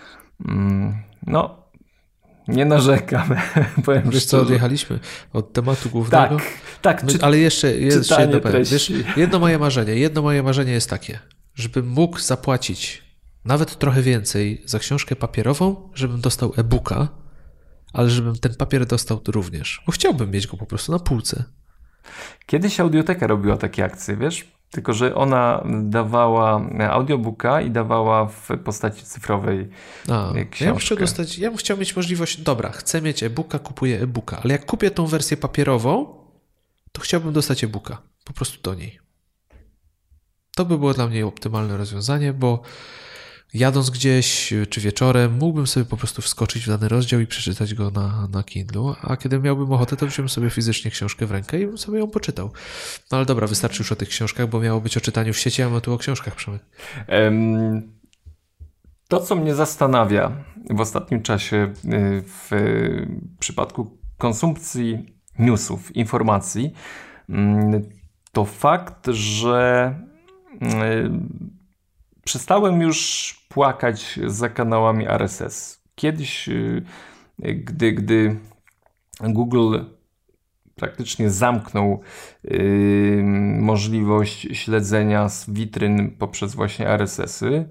No, nie narzekam. Powiem wiesz co, odjechaliśmy od tematu głównego? Tak. No, ale jeszcze jedno powiem. Wiesz, jedno moje marzenie jest takie, żebym mógł zapłacić nawet trochę więcej za książkę papierową, żebym dostał e-booka, ale żebym ten papier dostał również. Bo chciałbym mieć go po prostu na półce. Kiedyś Audioteka robiła takie akcje, wiesz? Tylko że ona dawała audiobooka i dawała w postaci cyfrowej książkę. Ja bym chciał mieć możliwość, dobra, chcę mieć e-booka, kupuję e-booka, ale jak kupię tą wersję papierową, to chciałbym dostać e-booka, po prostu do niej. To by było dla mnie optymalne rozwiązanie, bo jadąc gdzieś czy wieczorem mógłbym sobie po prostu wskoczyć w dany rozdział i przeczytać go na Kindlu, a kiedy miałbym ochotę, to wziąłem sobie fizycznie książkę w rękę i bym sobie ją poczytał. No ale dobra, wystarczy już o tych książkach, bo miało być o czytaniu w sieci, a my tu o książkach, Przemek. To, co mnie zastanawia w ostatnim czasie w przypadku konsumpcji newsów, informacji, to fakt, że przestałem już płakać za kanałami RSS. Kiedyś, gdy Google praktycznie zamknął możliwość śledzenia z witryn poprzez właśnie RSS-y,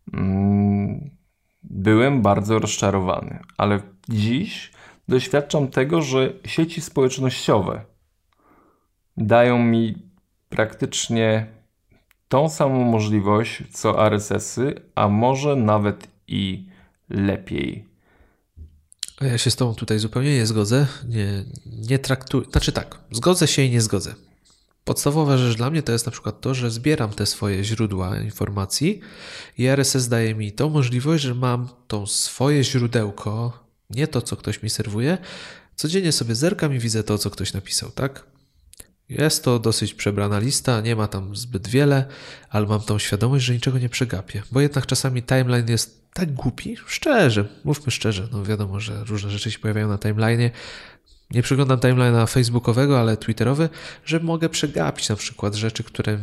byłem bardzo rozczarowany. Ale dziś doświadczam tego, że sieci społecznościowe dają mi praktycznie tą samą możliwość co RSS-y, a może nawet i lepiej. Ja się z tobą tutaj zupełnie nie zgodzę. Nie traktuję. Znaczy tak, zgodzę się i nie zgodzę. Podstawowa rzecz dla mnie to jest na przykład to, że zbieram te swoje źródła informacji i RSS daje mi tą możliwość, że mam to swoje źródełko, nie to, co ktoś mi serwuje. Codziennie sobie zerkam i widzę to, co ktoś napisał, tak? Jest to dosyć przebrana lista, nie ma tam zbyt wiele, ale mam tą świadomość, że niczego nie przegapię, bo jednak czasami timeline jest tak głupi, mówmy szczerze, no wiadomo, że różne rzeczy się pojawiają na timeline'ie. Nie przeglądam timeline'a facebookowego, ale twitterowy, że mogę przegapić na przykład rzeczy,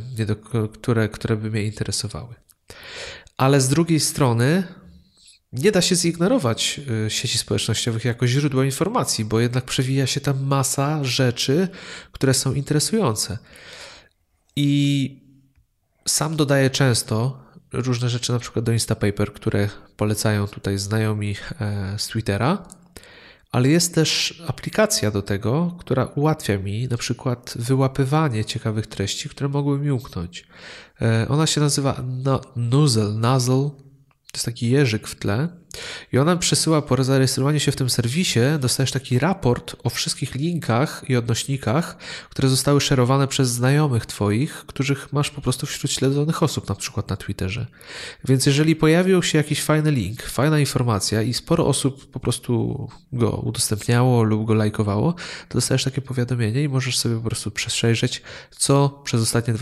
które by mnie interesowały. Ale z drugiej strony nie da się zignorować sieci społecznościowych jako źródła informacji, bo jednak przewija się tam masa rzeczy, które są interesujące. I sam dodaję często różne rzeczy, na przykład do Instapaper, które polecają tutaj znajomi z Twittera, ale jest też aplikacja do tego, która ułatwia mi na przykład wyłapywanie ciekawych treści, które mogły mi umknąć. Ona się nazywa Nuzzle. To jest taki jeżyk w tle i ona przesyła po zarejestrowaniu się w tym serwisie, dostajesz taki raport o wszystkich linkach i odnośnikach, które zostały szerowane przez znajomych twoich, których masz po prostu wśród śledzonych osób, na przykład na Twitterze. Więc jeżeli pojawił się jakiś fajny link, fajna informacja i sporo osób po prostu go udostępniało lub go lajkowało, to dostajesz takie powiadomienie i możesz sobie po prostu przejrzeć, co przez ostatnie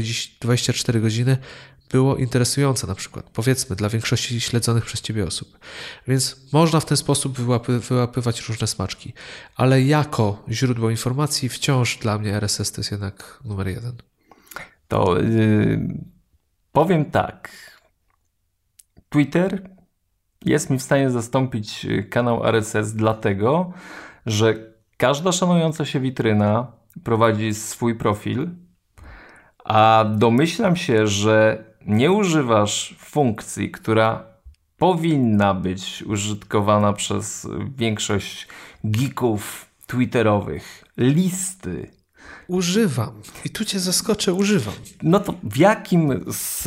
24 godziny było interesujące na przykład, powiedzmy, dla większości śledzonych przez ciebie osób. Więc można w ten sposób wyłapywać różne smaczki. Ale jako źródło informacji wciąż dla mnie RSS to jest jednak numer 1. To powiem tak. Twitter jest mi w stanie zastąpić kanał RSS dlatego, że każda szanująca się witryna prowadzi swój profil, a domyślam się, że nie używasz funkcji, która powinna być użytkowana przez większość geeków twitterowych. Listy. Używam. I tu cię zaskoczę, używam. No to w jakim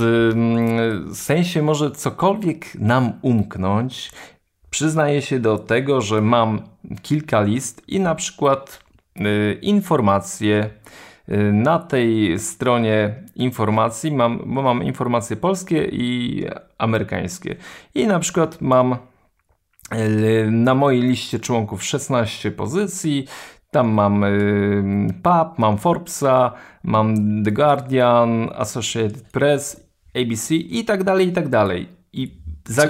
sensie może cokolwiek nam umknąć? Przyznaję się do tego, że mam kilka list i na przykład informacje. Na tej stronie informacji mam informacje polskie i amerykańskie. I na przykład mam na mojej liście członków 16 pozycji. Tam mam PUB, mam Forbesa, mam The Guardian, Associated Press, ABC i tak dalej, i tak dalej. I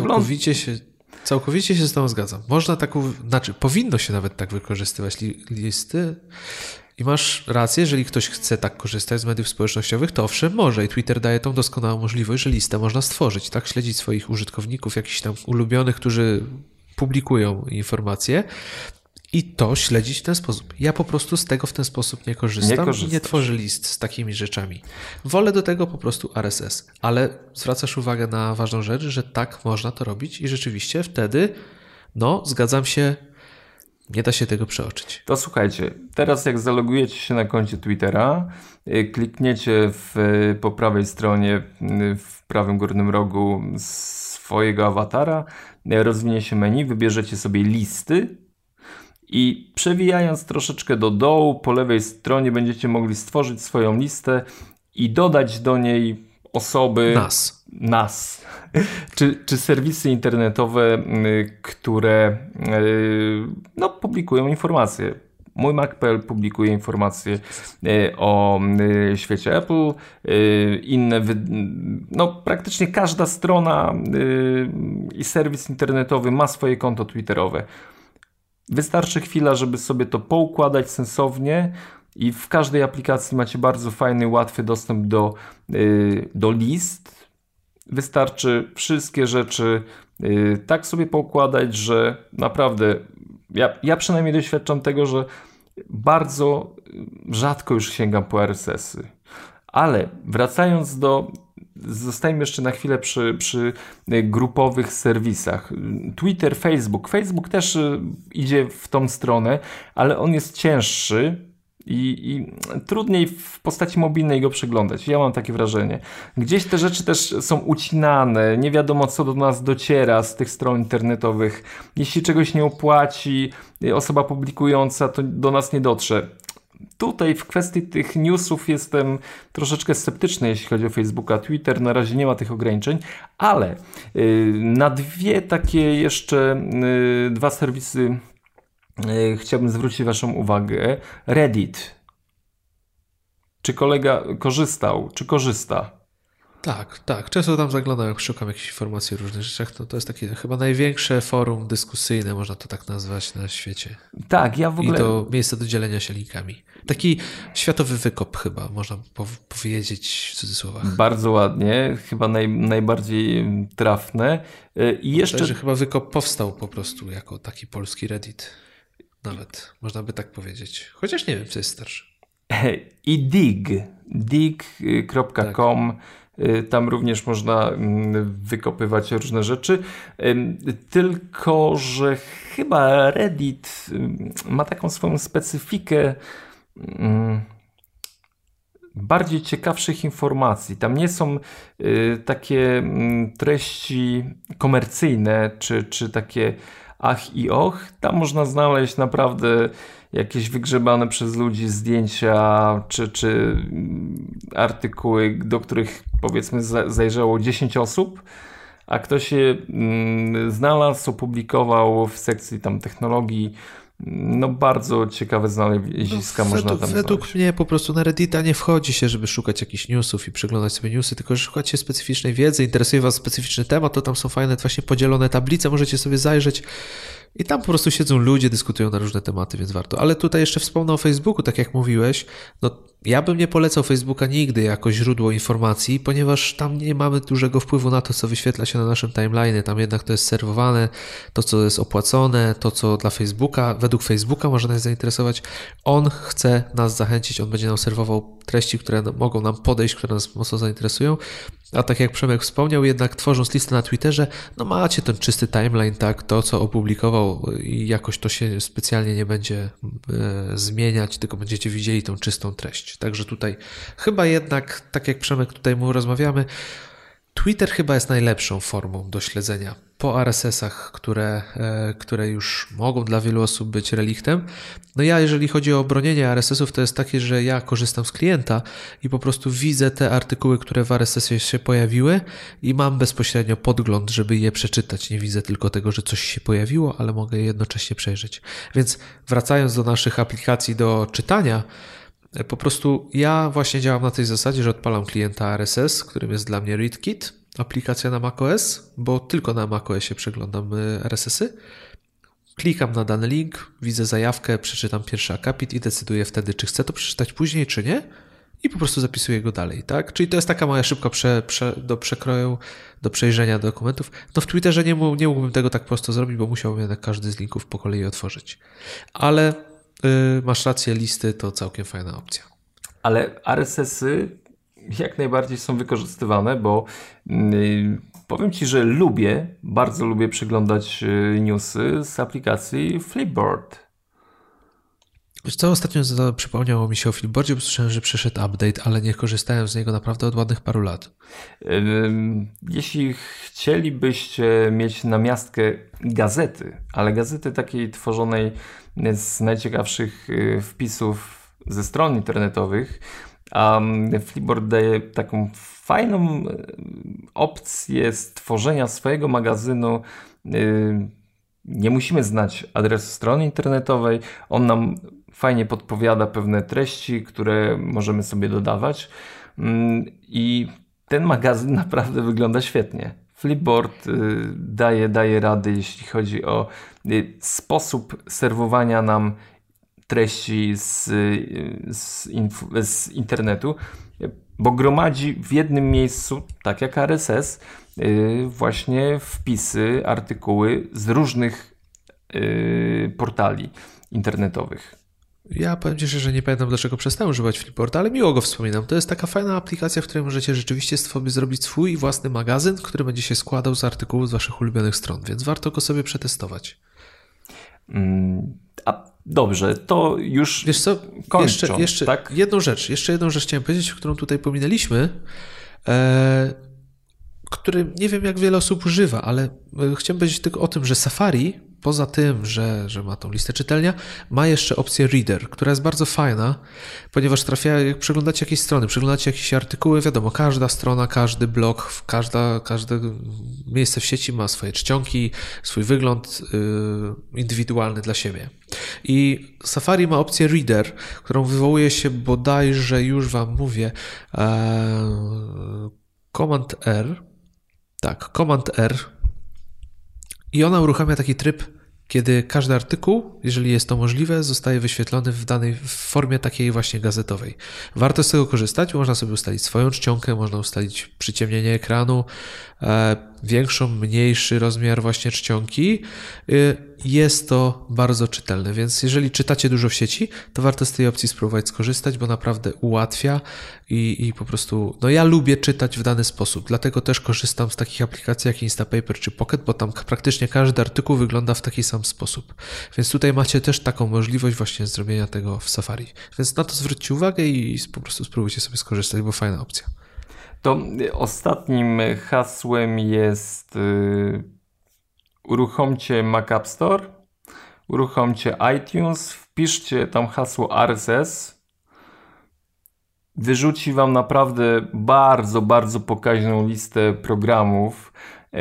Całkowicie się z tą zgadzam. Można powinno się nawet tak wykorzystywać listy. I masz rację, jeżeli ktoś chce tak korzystać z mediów społecznościowych, to owszem może i Twitter daje tą doskonałą możliwość, że listę można stworzyć, tak? Śledzić swoich użytkowników, jakichś tam ulubionych, którzy publikują informacje i to śledzić w ten sposób. Ja po prostu z tego w ten sposób nie korzystam i nie tworzę list z takimi rzeczami. Wolę do tego po prostu RSS, ale zwracasz uwagę na ważną rzecz, że tak można to robić i rzeczywiście wtedy, zgadzam się, Nie da się tego przeoczyć. To słuchajcie, teraz jak zalogujecie się na koncie Twittera, klikniecie po prawej stronie, w prawym górnym rogu swojego awatara, rozwinie się menu, wybierzecie sobie listy i przewijając troszeczkę do dołu, po lewej stronie będziecie mogli stworzyć swoją listę i dodać do niej osoby... Nas. Czy serwisy internetowe, które publikują informacje. Mój Mac.pl publikuje informacje o świecie Apple. Inne, praktycznie każda strona i serwis internetowy ma swoje konto twitterowe. Wystarczy chwila, żeby sobie to poukładać sensownie i w każdej aplikacji macie bardzo fajny, łatwy dostęp do list. Wystarczy wszystkie rzeczy tak sobie poukładać, że naprawdę ja przynajmniej doświadczam tego, że bardzo rzadko już sięgam po RSS-y. Ale wracając zostajmy jeszcze na chwilę przy grupowych serwisach. Twitter, Facebook. Facebook też idzie w tą stronę, ale on jest cięższy i trudniej w postaci mobilnej go przeglądać. Ja mam takie wrażenie. Gdzieś te rzeczy też są ucinane, nie wiadomo co do nas dociera z tych stron internetowych. Jeśli czegoś nie opłaci osoba publikująca, to do nas nie dotrze. Tutaj w kwestii tych newsów jestem troszeczkę sceptyczny, jeśli chodzi o Facebooka. Twitter na razie nie ma tych ograniczeń, ale na dwa serwisy chciałbym zwrócić waszą uwagę. Reddit. Czy kolega korzystał, czy korzysta? Tak. Często tam zaglądam, jak szukam jakichś informacji o różnych rzeczach. To jest takie chyba największe forum dyskusyjne, można to tak nazwać, na świecie. Tak, ja w ogóle... I to miejsce do dzielenia się linkami. Taki światowy wykop chyba, można powiedzieć w cudzysłowach. Bardzo ładnie, chyba najbardziej trafne. I jeszcze... Że chyba wykop powstał po prostu jako taki polski Reddit. Nawet, można by tak powiedzieć. Chociaż nie wiem, co jest starszy. I dig.com. Tam również można wykopywać różne rzeczy. Tylko że chyba Reddit ma taką swoją specyfikę bardziej ciekawszych informacji. Tam nie są takie treści komercyjne, czy takie ach i och. Tam można znaleźć naprawdę jakieś wygrzebane przez ludzi zdjęcia, czy artykuły, do których powiedzmy zajrzało 10 osób, a ktoś je znalazł, opublikował w sekcji tam technologii. Bardzo ciekawe znaleziska można tam znaleźć. Według mnie po prostu na Reddita nie wchodzi się, żeby szukać jakichś newsów i przeglądać sobie newsy, tylko że szukacie specyficznej wiedzy, interesuje was specyficzny temat, to tam są fajne właśnie podzielone tablice, możecie sobie zajrzeć i tam po prostu siedzą ludzie, dyskutują na różne tematy, więc warto. Ale tutaj jeszcze wspomnę o Facebooku, tak jak mówiłeś, ja bym nie polecał Facebooka nigdy jako źródło informacji, ponieważ tam nie mamy dużego wpływu na to, co wyświetla się na naszym timeline'ie. Tam jednak to jest serwowane, to co jest opłacone, to co dla Facebooka, według Facebooka może nas zainteresować. On chce nas zachęcić, on będzie nam serwował treści, które mogą nam podejść, które nas mocno zainteresują. A tak jak Przemek wspomniał, jednak tworząc listę na Twitterze, macie ten czysty timeline, tak, to co opublikował i jakoś to się specjalnie nie będzie zmieniać, tylko będziecie widzieli tą czystą treść. Także tutaj chyba jednak, tak jak Przemek tutaj rozmawiamy, Twitter chyba jest najlepszą formą do śledzenia po RSS-ach, które już mogą dla wielu osób być reliktem. Ja, jeżeli chodzi o bronienie RSS-ów, to jest takie, że ja korzystam z klienta i po prostu widzę te artykuły, które w RSS-ie się pojawiły i mam bezpośrednio podgląd, żeby je przeczytać. Nie widzę tylko tego, że coś się pojawiło, ale mogę je jednocześnie przejrzeć. Więc wracając do naszych aplikacji do czytania, po prostu ja właśnie działam na tej zasadzie, że odpalam klienta RSS, którym jest dla mnie ReadKit, aplikacja na macOS, bo tylko na macOSie przeglądam RSS-y. Klikam na dany link, widzę zajawkę, przeczytam pierwszy akapit i decyduję wtedy, czy chcę to przeczytać później, czy nie. I po prostu zapisuję go dalej, tak? Czyli to jest taka moja szybka do przekroju, do przejrzenia dokumentów. W Twitterze nie mógłbym tego tak prosto zrobić, bo musiałbym jednak każdy z linków po kolei otworzyć. Ale masz rację, listy to całkiem fajna opcja. Ale RSS-y jak najbardziej są wykorzystywane, bo powiem Ci, że bardzo lubię przeglądać newsy z aplikacji Flipboard. Wiesz co, ostatnio przypomniało mi się o Flipboardzie, bo słyszałem, że przyszedł update, ale nie korzystałem z niego naprawdę od ładnych paru lat. Jeśli chcielibyście mieć namiastkę gazety, ale gazety takiej tworzonej z najciekawszych wpisów ze stron internetowych, a Flipboard daje taką fajną opcję stworzenia swojego magazynu. Nie musimy znać adresu strony internetowej, on nam fajnie podpowiada pewne treści, które możemy sobie dodawać i ten magazyn naprawdę wygląda świetnie. Flipboard daje rady, jeśli chodzi o sposób serwowania nam treści z internetu, bo gromadzi w jednym miejscu, tak jak RSS, właśnie wpisy, artykuły z różnych portali internetowych. Ja powiem Ci, że nie pamiętam, dlaczego przestałem używać Flipboarda, ale miło go wspominam. To jest taka fajna aplikacja, w której możecie rzeczywiście zrobić swój własny magazyn, który będzie się składał z artykułów z Waszych ulubionych stron, więc warto go sobie przetestować. Dobrze, to już wiesz co? kończąc. Jeszcze tak? jedną rzecz chciałem powiedzieć, którą tutaj pominęliśmy, który nie wiem, jak wiele osób używa, ale chciałem powiedzieć tylko o tym, że Safari, poza tym, że ma tą listę czytelnia, ma jeszcze opcję Reader, która jest bardzo fajna, ponieważ jak przeglądacie jakieś strony, przeglądacie jakieś artykuły, wiadomo, każda strona, każdy blog, każde miejsce w sieci ma swoje czcionki, swój wygląd indywidualny dla siebie. I Safari ma opcję Reader, którą wywołuje się bodajże, już Wam mówię, Command R. Tak, Command R. I ona uruchamia taki tryb, kiedy każdy artykuł, jeżeli jest to możliwe, zostaje wyświetlony w formie takiej właśnie gazetowej. Warto z tego korzystać, można sobie ustalić swoją czcionkę, można ustalić przyciemnienie ekranu, większą, mniejszy rozmiar właśnie czcionki. Jest to bardzo czytelne, więc jeżeli czytacie dużo w sieci, to warto z tej opcji spróbować skorzystać, bo naprawdę ułatwia i po prostu, no ja lubię czytać w dany sposób, dlatego też korzystam z takich aplikacji jak Instapaper czy Pocket, bo tam praktycznie każdy artykuł wygląda w taki sam sposób. Więc tutaj macie też taką możliwość właśnie zrobienia tego w Safari. Więc na to zwróćcie uwagę i po prostu spróbujcie sobie skorzystać, bo fajna opcja. To ostatnim hasłem jest uruchomcie Mac App Store, uruchomcie iTunes, wpiszcie tam hasło RSS. Wyrzuci Wam naprawdę bardzo, bardzo pokaźną listę programów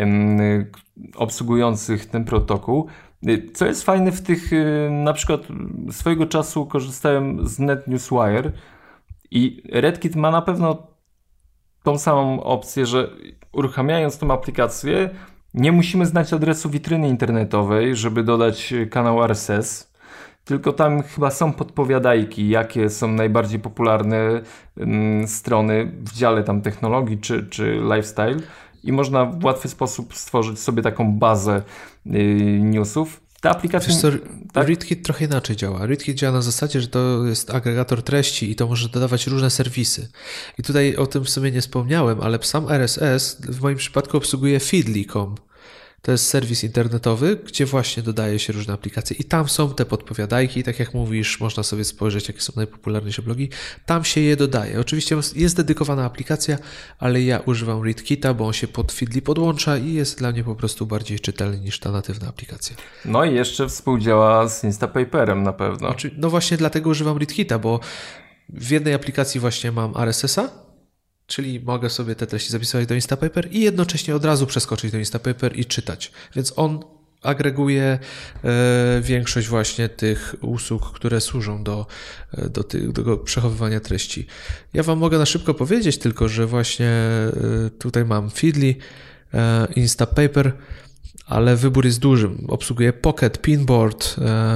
obsługujących ten protokół. Co jest fajne w tych, na przykład swojego czasu korzystałem z NetNewsWire i RedKit ma na pewno tą samą opcję, że uruchamiając tą aplikację nie musimy znać adresu witryny internetowej, żeby dodać kanał RSS, tylko tam chyba są podpowiadajki, jakie są najbardziej popularne strony w dziale tam technologii czy lifestyle i można w łatwy sposób stworzyć sobie taką bazę newsów. Ta aplikacja... Wiesz co, tak? RedKit trochę inaczej działa. RedKit działa na zasadzie, że to jest agregator treści i to może dodawać różne serwisy. I tutaj o tym w sumie nie wspomniałem, ale sam RSS w moim przypadku obsługuje Feedly.com. To jest serwis internetowy, gdzie właśnie dodaje się różne aplikacje i tam są te podpowiadajki, tak jak mówisz, można sobie spojrzeć, jakie są najpopularniejsze blogi, tam się je dodaje. Oczywiście jest dedykowana aplikacja, ale ja używam RedKita, bo on się pod Feedly podłącza i jest dla mnie po prostu bardziej czytelny niż ta natywna aplikacja. No i jeszcze współdziała z Instapaperem na pewno. No właśnie dlatego używam RedKita, bo w jednej aplikacji właśnie mam RSS-a, czyli mogę sobie te treści zapisywać do Instapaper i jednocześnie od razu przeskoczyć do Instapaper i czytać. Więc on agreguje większość właśnie tych usług, które służą do przechowywania treści. Ja Wam mogę na szybko powiedzieć tylko, że właśnie tutaj mam Feedly, Instapaper, ale wybór jest duży. Obsługuję Pocket, Pinboard,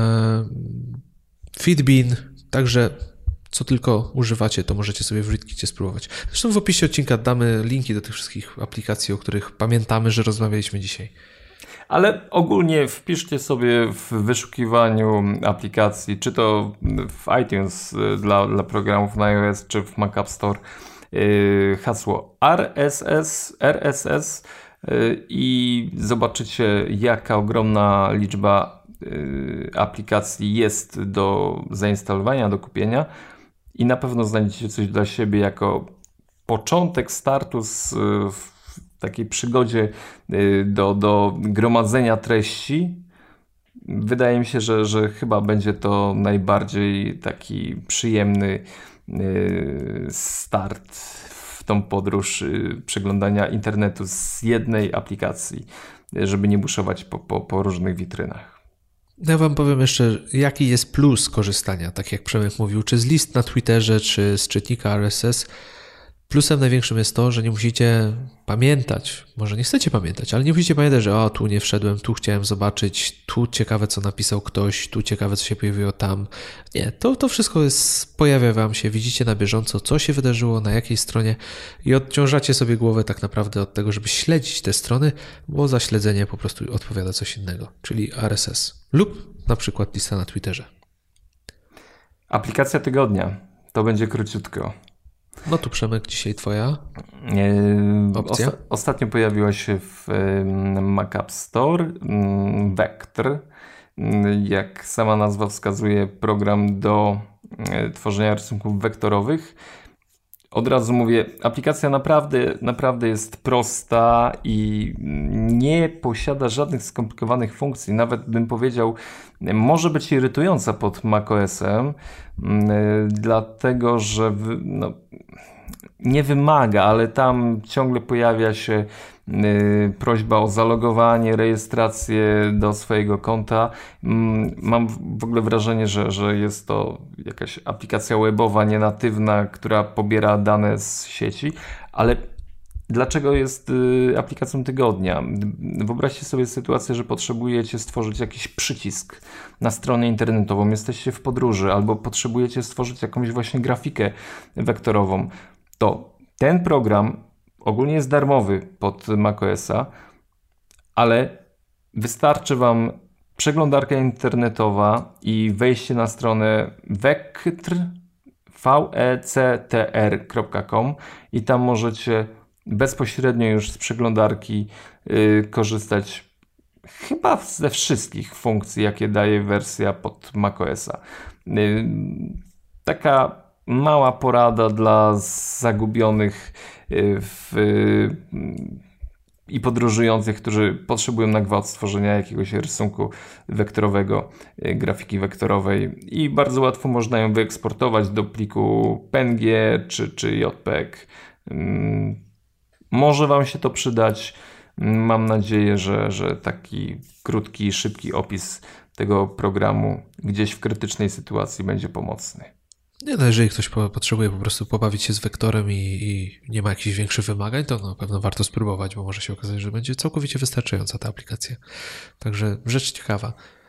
Feedbean, także co tylko używacie, to możecie sobie w RedKicie spróbować. Zresztą w opisie odcinka damy linki do tych wszystkich aplikacji, o których pamiętamy, że rozmawialiśmy dzisiaj. Ale ogólnie wpiszcie sobie w wyszukiwaniu aplikacji, czy to w iTunes dla programów na iOS, czy w Mac App Store hasło RSS i zobaczycie, jaka ogromna liczba aplikacji jest do zainstalowania, do kupienia i na pewno znajdziecie coś dla siebie jako początek startu w takiej przygodzie do gromadzenia treści. Wydaje mi się, że chyba będzie to najbardziej taki przyjemny start w tą podróż przeglądania internetu z jednej aplikacji, żeby nie buszować po różnych witrynach. Ja wam powiem jeszcze, jaki jest plus korzystania, tak jak Przemek mówił, czy z list na Twitterze, czy z czytnika RSS. Plusem największym jest to, że nie musicie pamiętać, może nie chcecie pamiętać, ale nie musicie pamiętać, że tu nie wszedłem, tu chciałem zobaczyć, tu ciekawe co napisał ktoś, tu ciekawe co się pojawiło tam. Nie, to wszystko pojawia wam się, widzicie na bieżąco, co się wydarzyło, na jakiej stronie i odciążacie sobie głowę tak naprawdę od tego, żeby śledzić te strony, bo za śledzenie po prostu odpowiada coś innego, czyli RSS lub na przykład lista na Twitterze. Aplikacja tygodnia, to będzie króciutko. No tu Przemek, dzisiaj twoja opcja. Ostatnio pojawiła się w Mac App Store Vector. Jak sama nazwa wskazuje, program do tworzenia rysunków wektorowych. Od razu mówię, aplikacja naprawdę jest prosta i nie posiada żadnych skomplikowanych funkcji. Nawet bym powiedział, może być irytująca pod macOS-em, dlatego że nie wymaga, ale tam ciągle pojawia się prośba o zalogowanie, rejestrację do swojego konta. Mam w ogóle wrażenie, że jest to jakaś aplikacja webowa, nienatywna, która pobiera dane z sieci, ale dlaczego jest aplikacją tygodnia? Wyobraźcie sobie sytuację, że potrzebujecie stworzyć jakiś przycisk na stronę internetową, jesteście w podróży albo potrzebujecie stworzyć jakąś właśnie grafikę wektorową. To ten program ogólnie jest darmowy pod macOS-a, ale wystarczy wam przeglądarka internetowa i wejście na stronę vectr.com i tam możecie bezpośrednio już z przeglądarki korzystać chyba ze wszystkich funkcji, jakie daje wersja pod macOS-a. Taka mała porada dla zagubionych i podróżujących, którzy potrzebują na gwałt stworzenia jakiegoś rysunku wektorowego, grafiki wektorowej i bardzo łatwo można ją wyeksportować do pliku PNG czy JPEG. Może wam się to przydać. Mam nadzieję, że taki krótki, szybki opis tego programu gdzieś w krytycznej sytuacji będzie pomocny. Nie, no jeżeli ktoś potrzebuje po prostu pobawić się z wektorem i nie ma jakichś większych wymagań, to na pewno warto spróbować, bo może się okazać, że będzie całkowicie wystarczająca ta aplikacja. Także rzecz ciekawa.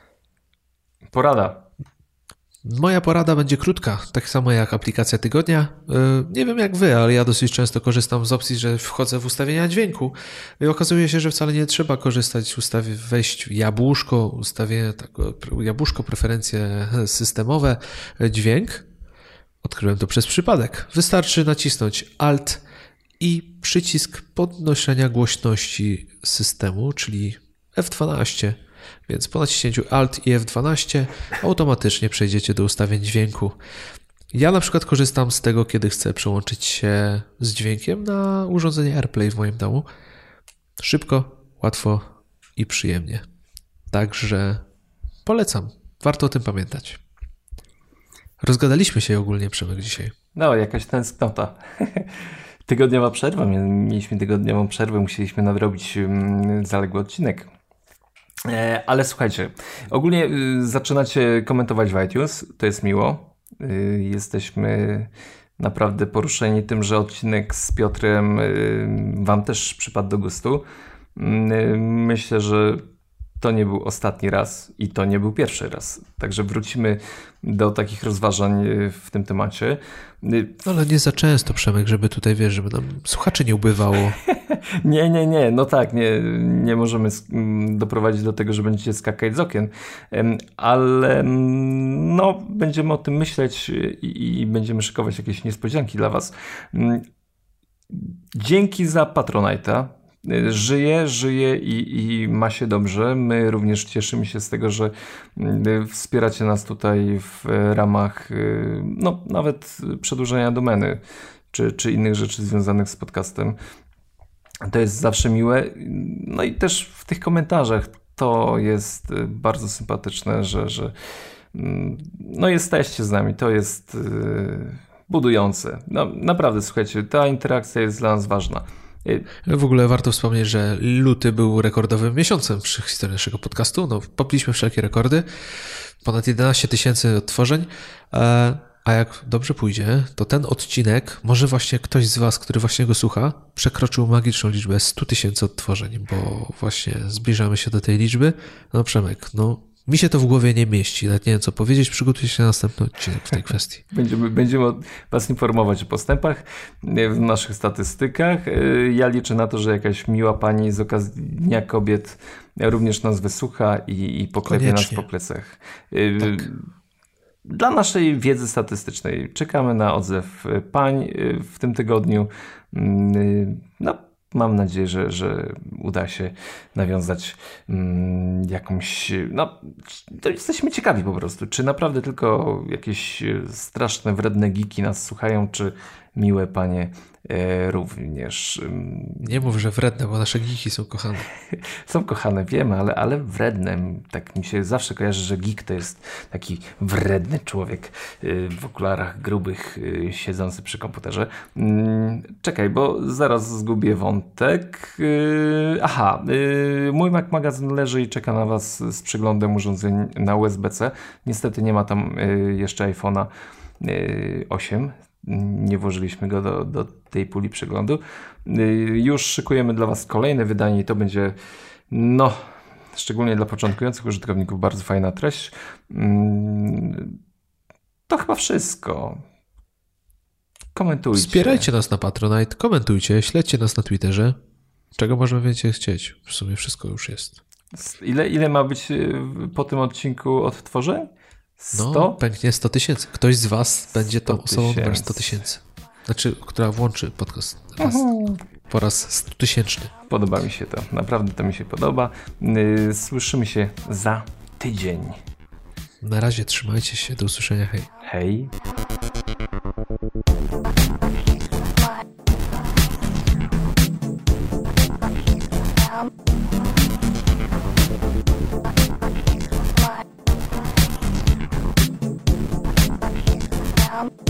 Porada. Moja porada będzie krótka, tak samo jak aplikacja tygodnia. Nie wiem jak wy, ale ja dosyć często korzystam z opcji, że wchodzę w ustawienia dźwięku i okazuje się, że wcale nie trzeba korzystać wejść jabłuszko, preferencje systemowe, dźwięk. Odkryłem to przez przypadek. Wystarczy nacisnąć Alt i przycisk podnoszenia głośności systemu, czyli F12. Więc po naciśnięciu Alt i F12 automatycznie przejdziecie do ustawień dźwięku. Ja na przykład korzystam z tego, kiedy chcę przełączyć się z dźwiękiem na urządzenie AirPlay w moim domu. Szybko, łatwo i przyjemnie. Także polecam. Warto o tym pamiętać. Rozgadaliśmy się ogólnie, Przemek, dzisiaj. No, jakaś tęsknota. Tygodniowa przerwa. Mieliśmy tygodniową przerwę, musieliśmy nadrobić zaległy odcinek. Ale słuchajcie, ogólnie zaczynacie komentować w iTunes, to jest miło. Jesteśmy naprawdę poruszeni tym, że odcinek z Piotrem wam też przypadł do gustu. Myślę, że to nie był ostatni raz i to nie był pierwszy raz. Także wrócimy do takich rozważań w tym temacie. Ale nie za często, Przemek, żeby tutaj, wiesz, żeby nam słuchaczy nie ubywało. Nie. No tak, nie możemy doprowadzić do tego, że będziecie skakać z okien, ale no, będziemy o tym myśleć i będziemy szykować jakieś niespodzianki dla was. Dzięki za Patronite'a. żyje i ma się dobrze. My również cieszymy się z tego, że wspieracie nas tutaj w ramach no, nawet przedłużenia domeny czy innych rzeczy związanych z podcastem. To jest zawsze miłe. No i też w tych komentarzach to jest bardzo sympatyczne, że no jesteście z nami. To jest budujące. No, naprawdę, słuchajcie, ta interakcja jest dla nas ważna. W ogóle warto wspomnieć, że luty był rekordowym miesiącem przy historii naszego podcastu. No, pobiliśmy wszelkie rekordy. Ponad 11 000 odtworzeń. A jak dobrze pójdzie, to ten odcinek, może właśnie ktoś z was, który właśnie go słucha, przekroczył magiczną liczbę 100 000 odtworzeń, bo właśnie zbliżamy się do tej liczby. No Przemek, no mi się to w głowie nie mieści. Nawet nie wiem co powiedzieć, przygotujcie się na następny odcinek w tej kwestii. Będziemy was informować o postępach w naszych statystykach. Ja liczę na to, że jakaś miła pani z okazji Dnia Kobiet również nas wysłucha i poklepie nas po plecach. Tak. Dla naszej wiedzy statystycznej czekamy na odzew pań w tym tygodniu. No, mam nadzieję, że uda się nawiązać jakąś... No, to jesteśmy ciekawi po prostu, czy naprawdę tylko jakieś straszne, wredne geeki nas słuchają, czy miłe panie również. Nie mów, że wredne, bo nasze geeki są kochane. Są kochane, wiemy, ale wredne. Tak mi się zawsze kojarzy, że geek to jest taki wredny człowiek w okularach grubych, siedzący przy komputerze. Czekaj, bo zaraz zgubię wątek. Mój Mac magazyn leży i czeka na was z przeglądem urządzeń na USB-C. Niestety nie ma tam jeszcze iPhone'a 8. Nie włożyliśmy go do tej puli przeglądu. Już szykujemy dla was kolejne wydanie i to będzie, no, szczególnie dla początkujących użytkowników, bardzo fajna treść. To chyba wszystko. Komentujcie. Wspierajcie nas na Patronite, komentujcie, śledźcie nas na Twitterze. Czego możemy więcej chcieć? W sumie wszystko już jest. Ile ma być po tym odcinku odtworzeń? 100? No, pęknie 100 000. Ktoś z was będzie tą osobą numer 100 000. Znaczy, która włączy podcast po raz 100 000. Podoba mi się to. Naprawdę to mi się podoba. Słyszymy się za tydzień. Na razie, trzymajcie się. Do usłyszenia. Hej. Hej. down.